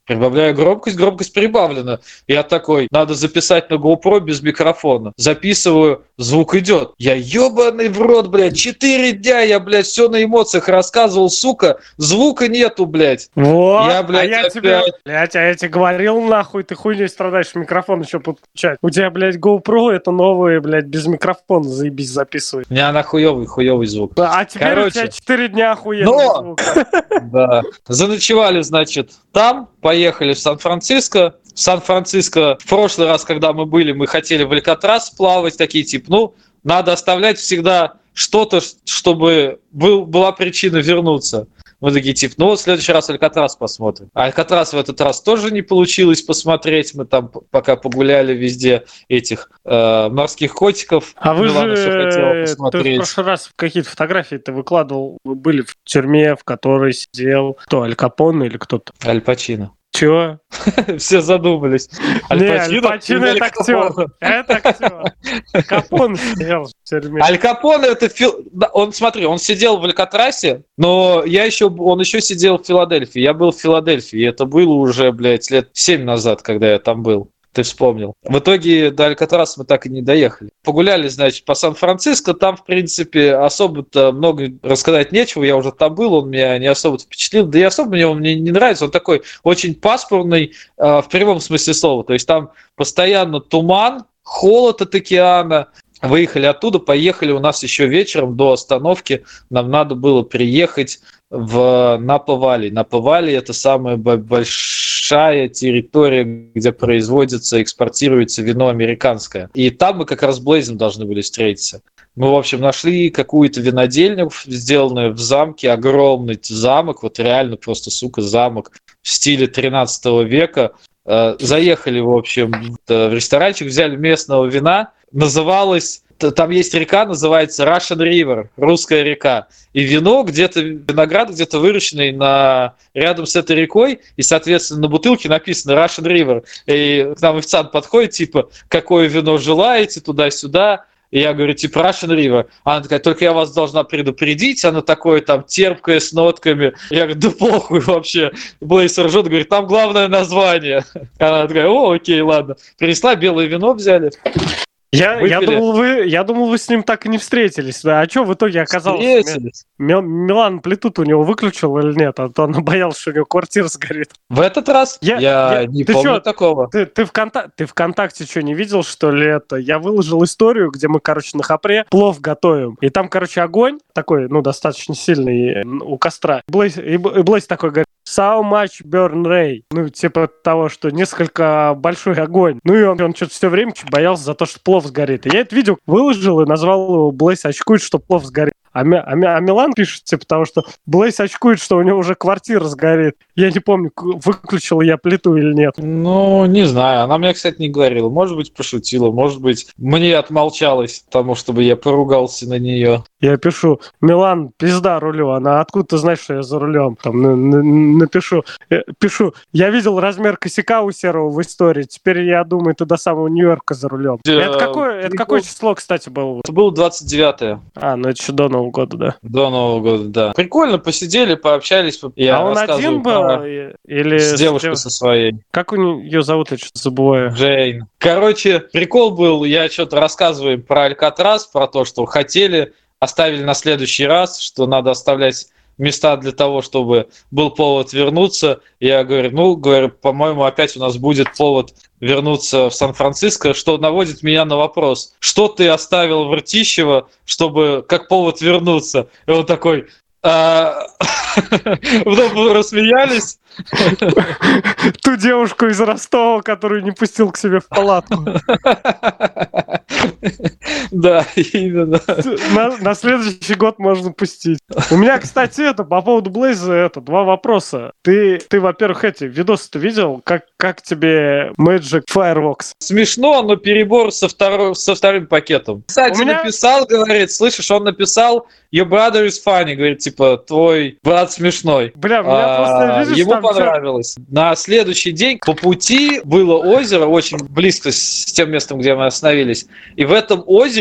Прибавляю громкость, громкость прибавлена. Я такой, надо записать на GoPro без микрофона. Записываю, звук идет. Я ебаный в рот, блядь, четыре дня я, блядь, все на эмоциях рассказывал, сука, звука нету, блядь. Вот, Я, блядь, а я опять... тебе, блядь, а я тебе говорил, нахуй, ты хуйней страдаешь, микрофон еще подключать. У тебя, блядь, GoPro, это новые, блядь, без микрофона, заебись, записывает. У меня она хуёвый, хуёвый звук. А теперь Короче, у тебя четыре дня охуенный но... звук. Да. Заночевали, значит, там, поехали в Сан-Франциско. В Сан-Франциско в прошлый раз, когда мы были, мы хотели в Алькатрас плавать, такие, типа, ну, надо оставлять всегда что-то, чтобы был, была причина вернуться. Мы такие, типа, ну вот в следующий раз Алькатрас посмотрим. А Алькатрас в этот раз тоже не получилось посмотреть. Мы там пока погуляли везде этих э, морских котиков. А вы Милана всё хотела же, ты в посмотреть. прошлый раз какие-то фотографии ты выкладывал, вы были в тюрьме, в которой сидел кто, Аль Капоне или кто-то? Аль Пачино. Чего? Все задумались. Аль не, Аль Пачино это актер. Это актер. Капон сидел в тюрьме. Аль Капоне это... Фил... Он, смотри, он сидел в Алькатрасе, но я еще... он еще сидел в Филадельфии. Я был в Филадельфии. Это было уже, блядь, лет семь назад, когда я там был. Ты вспомнил. В итоге до Алькатраса мы так и не доехали. Погуляли, значит, по Сан-Франциско. Там, в принципе, особо-то много рассказать нечего. Я уже там был, он меня не особо впечатлил. Да и особо мне он мне не нравится. Он такой очень пасмурный э, в прямом смысле слова. То есть там постоянно туман, холод от океана. Выехали оттуда, поехали у нас еще вечером до остановки. Нам надо было приехать в Напа-Валли. Напа-Валли – это самая большая территория, где производится, экспортируется вино американское. И там мы как раз с Блейзом должны были встретиться. Мы, в общем, нашли какую-то винодельню, сделанную в замке, огромный замок, вот реально просто, сука, замок в стиле тринадцатого века. Заехали, в общем, в ресторанчик, взяли местного вина, называлось... Там есть река, называется Russian River, русская река. И вино где-то, виноград где-то выращенный на, рядом с этой рекой, и, соответственно, на бутылке написано Russian River. И к нам официант подходит, типа, какое вино желаете, туда-сюда. И я говорю, типа, Russian River. Она такая, только я вас должна предупредить. Она такое там терпкое с нотками. Я говорю, да похуй вообще. Блейс ржет, говорит, там главное название. Она такая, о, окей, ладно. Принесла, белое вино взяли. Я, я, думал, вы, я думал, вы с ним так и не встретились. А что в итоге оказалось? Мил, Милан плиту-то у него выключил или нет? А то он боялся, что у него квартира сгорит. В этот раз? Я, я, я не помню чё, такого. Ты, ты, вконта- ты ВКонтакте что, не видел, что ли, это? Я выложил историю, где мы, короче, на хапре плов готовим. И там, короче, огонь такой, ну, достаточно сильный у костра. Блейз, и Блейз такой говорит, so much burn ray. Ну, типа того, что несколько большой огонь. Ну, и он, он что-то все время боялся за то, что плов сгорит. И я это видео выложил и назвал его Блейз очкует, что плов сгорит. А, а, а Милан пишет, типа того, что Блейз очкует, что у него уже квартира сгорит. Я не помню, выключил я плиту или нет. Ну, не знаю. Она мне, кстати, не говорила. Может быть, пошутила. Может быть, мне отмолчалась, потому чтобы я поругался на нее. Я пишу, Милан, пизда рулю. Она, откуда ты знаешь, что я за рулем? Там на, на, напишу, пишу, я видел размер косяка у Серого в истории. Теперь я думаю, ты до самого Нью-Йорка за рулем. Да, это, какое, это какое число, кстати, было? Это было двадцать девятое. А, ну это еще до Нового года, да? До Нового года, да. Прикольно, посидели, пообщались. Я а он один был? Про... Или с девушкой с... со своей. Как у нее зовут, я что-то забываю. Джейн. Короче, прикол был, я что-то рассказываю про Алькатрас, про то, что хотели, оставили на следующий раз, что надо оставлять места для того, чтобы был повод вернуться. Я говорю, ну, говорю, по-моему, опять у нас будет повод вернуться в Сан-Франциско, что наводит меня на вопрос, что ты оставил в Ртищево, чтобы как повод вернуться? И он такой... Потом рассмеялись. Ту девушку из Ростова, которую не пустил к себе в палатку. Да, именно. На, на следующий год можно пустить. У меня, кстати, это по поводу Блейза, это два вопроса. Ты, ты во-первых, эти видосы-то видел? Как, как тебе Magic Fireworks? Смешно, но перебор со, второй, со вторым пакетом. Кстати, меня... написал, говорит, слышишь, он написал Your brother is funny, говорит, типа, твой брат смешной. Бля, меня а, просто, видишь, ему там понравилось. Все... На следующий день по пути было озеро, очень близко с тем местом, где мы остановились. И в этом озере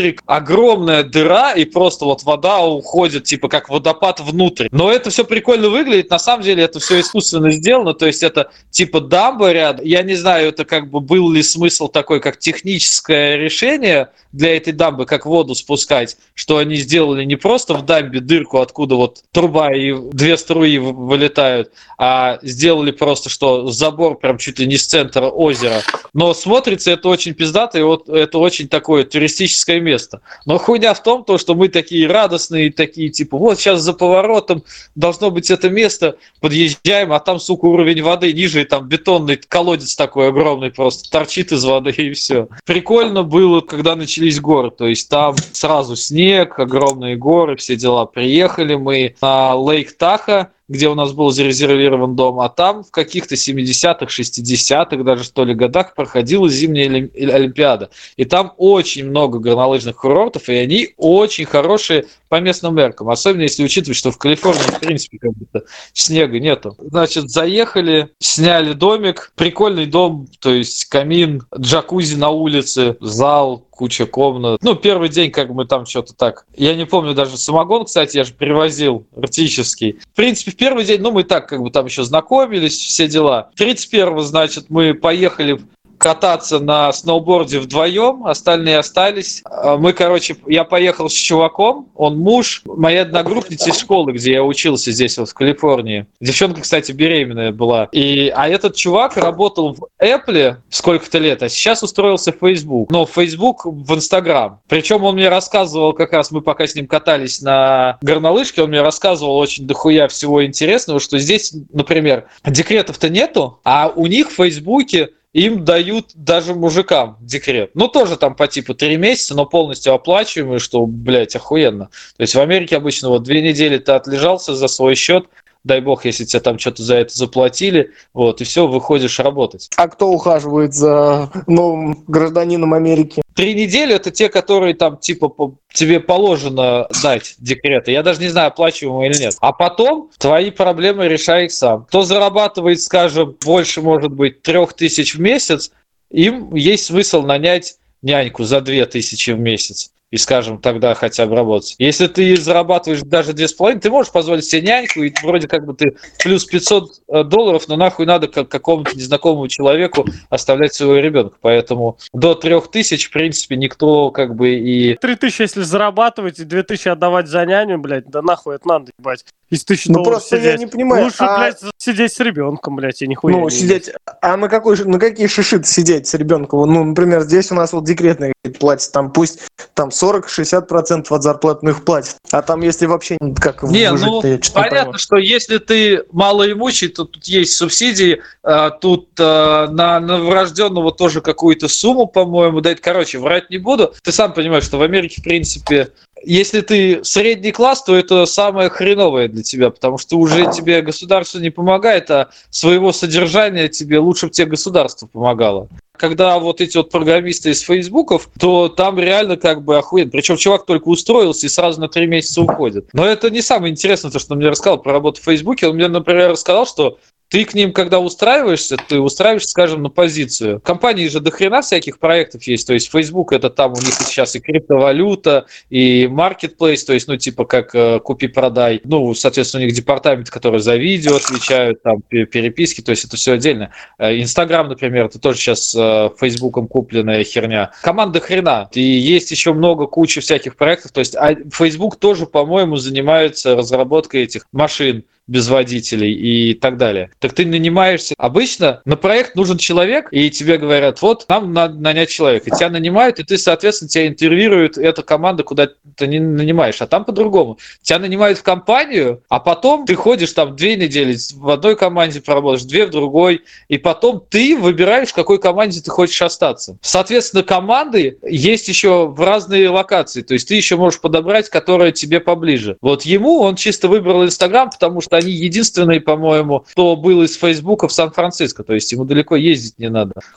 берег, огромная дыра, и просто вот вода уходит, типа, как водопад внутрь. Но это все прикольно выглядит, на самом деле это все искусственно сделано, то есть это типа дамба рядом. Я не знаю, это как бы был ли смысл такой, как техническое решение для этой дамбы, как воду спускать, что они сделали не просто в дамбе дырку, откуда вот труба и две струи вылетают, а сделали просто, что забор прям чуть ли не с центра озера. Но смотрится это очень пиздато, и вот это очень такое туристическое место. Но хуйня в том, то, что мы такие радостные, такие типа, вот сейчас за поворотом должно быть это место, подъезжаем, а там, сука, уровень воды ниже, и там бетонный колодец такой огромный просто торчит из воды, и все. Прикольно было, когда начались горы, то есть там сразу снег, огромные горы, все дела. Приехали мы на Лейк Таха, где у нас был зарезервирован дом, а там в каких-то семидесятых, шестидесятых даже, что ли, годах проходила зимняя Олимпиада. И там очень много горнолыжных курортов, и они очень хорошие по местным меркам. Особенно если учитывать, что в Калифорнии, в принципе, как будто снега нету. Значит, заехали, сняли домик. Прикольный дом, то есть камин, джакузи на улице, зал, куча комнат. Ну, первый день, как бы мы там что-то так... Я не помню даже самогон, кстати, я же привозил артический. В принципе, в первый день, ну, мы так как бы там еще знакомились, все дела. тридцать первого, значит, мы поехали кататься на сноуборде вдвоем, остальные остались. Мы, короче, я поехал с чуваком, он муж, моя одногруппница из школы, где я учился здесь, вот в Калифорнии. Девчонка, кстати, беременная была. И, а этот чувак работал в Apple сколько-то лет, а сейчас устроился в Facebook. Но в Facebook в Instagram. Причем он мне рассказывал, как раз мы пока с ним катались на горнолыжке, он мне рассказывал очень дохуя всего интересного, что здесь, например, декретов-то нету, а у них в Фейсбуке им дают даже мужикам декрет. Ну, тоже там по типу три месяца, но полностью оплачиваемый, что, блядь, охуенно. То есть в Америке обычно вот две недели ты отлежался за свой счет, дай бог, если тебе там что-то за это заплатили, вот, и все, выходишь работать. А кто ухаживает за новым гражданином Америки? Три недели – это те, которые там, типа, по, тебе положено дать декреты. Я даже не знаю, оплачиваемый или нет. А потом твои проблемы решай их сам. Кто зарабатывает, скажем, больше, может быть, трех тысяч в месяц, им есть смысл нанять няньку за две тысячи в месяц. И, скажем, тогда хотя бы работать. Если ты зарабатываешь даже две с половиной, ты можешь позволить себе няньку, и вроде как бы ты плюс пятьсот долларов, но нахуй надо как какому-то незнакомому человеку оставлять своего ребенка. Поэтому до трех тысяч, в принципе, никто как бы и... Три тысячи, если зарабатывать, и две тысячи отдавать за няню, блядь, да нахуй это надо, ебать. Из тысячи ну, долларов просто сидеть. Я не понимаю. Лучше, а... блядь, сидеть с ребенком, блядь, и нихуя. Ну, не сидеть... А на, какой, на какие шиши сидеть с ребенком? Ну, например, здесь у нас вот декретные платят, там пусть там сорок-шестьдесят процентов от зарплаты их платят. А там, если вообще как не, выжить, ну, я что-то понятно, не что если ты малоимущий, то тут есть субсидии, тут на новорожденного тоже какую-то сумму, по-моему, дать. Короче, врать не буду. Ты сам понимаешь, что в Америке, в принципе, если ты средний класс, то это самое хреновое для тебя, потому что уже тебе государство не помогает, а своего содержания тебе лучше бы тебе государство помогало. Когда вот эти вот программисты из фейсбуков, то там реально как бы охуенно. Причем чувак только устроился и сразу на три месяца уходит. Но это не самое интересное, то, что он мне рассказал про работу в Фейсбуке. Он мне, например, рассказал, что ты к ним, когда устраиваешься, ты устраиваешься, скажем, на позицию. В компании же дохрена всяких проектов есть. То есть Facebook это там у них сейчас и криптовалюта, и marketplace, то есть, ну, типа как э, купи-продай. Ну, соответственно, у них департамент, который за видео отвечают, там, переписки, то есть это все отдельно. Инстаграм, например, это тоже сейчас э, Фейсбуком купленная херня. Команда хрена. И есть еще много, куча всяких проектов. То есть а Facebook тоже, по-моему, занимается разработкой этих машин без водителей и так далее. Так ты нанимаешься. Обычно на проект нужен человек, и тебе говорят, вот, нам надо нанять человека. Тебя нанимают, и ты, соответственно, тебя интервьюирует эта команда, куда ты не нанимаешь. А там по-другому. Тебя нанимают в компанию, а потом ты ходишь там две недели, в одной команде поработаешь, две в другой, и потом ты выбираешь, в какой команде ты хочешь остаться. Соответственно, команды есть еще в разные локации. То есть ты еще можешь подобрать, которая тебе поближе. Вот ему он чисто выбрал Инстаграм, потому что они единственные, по-моему, кто был из Фейсбука в Сан-Франциско, то есть ему далеко ездить не надо.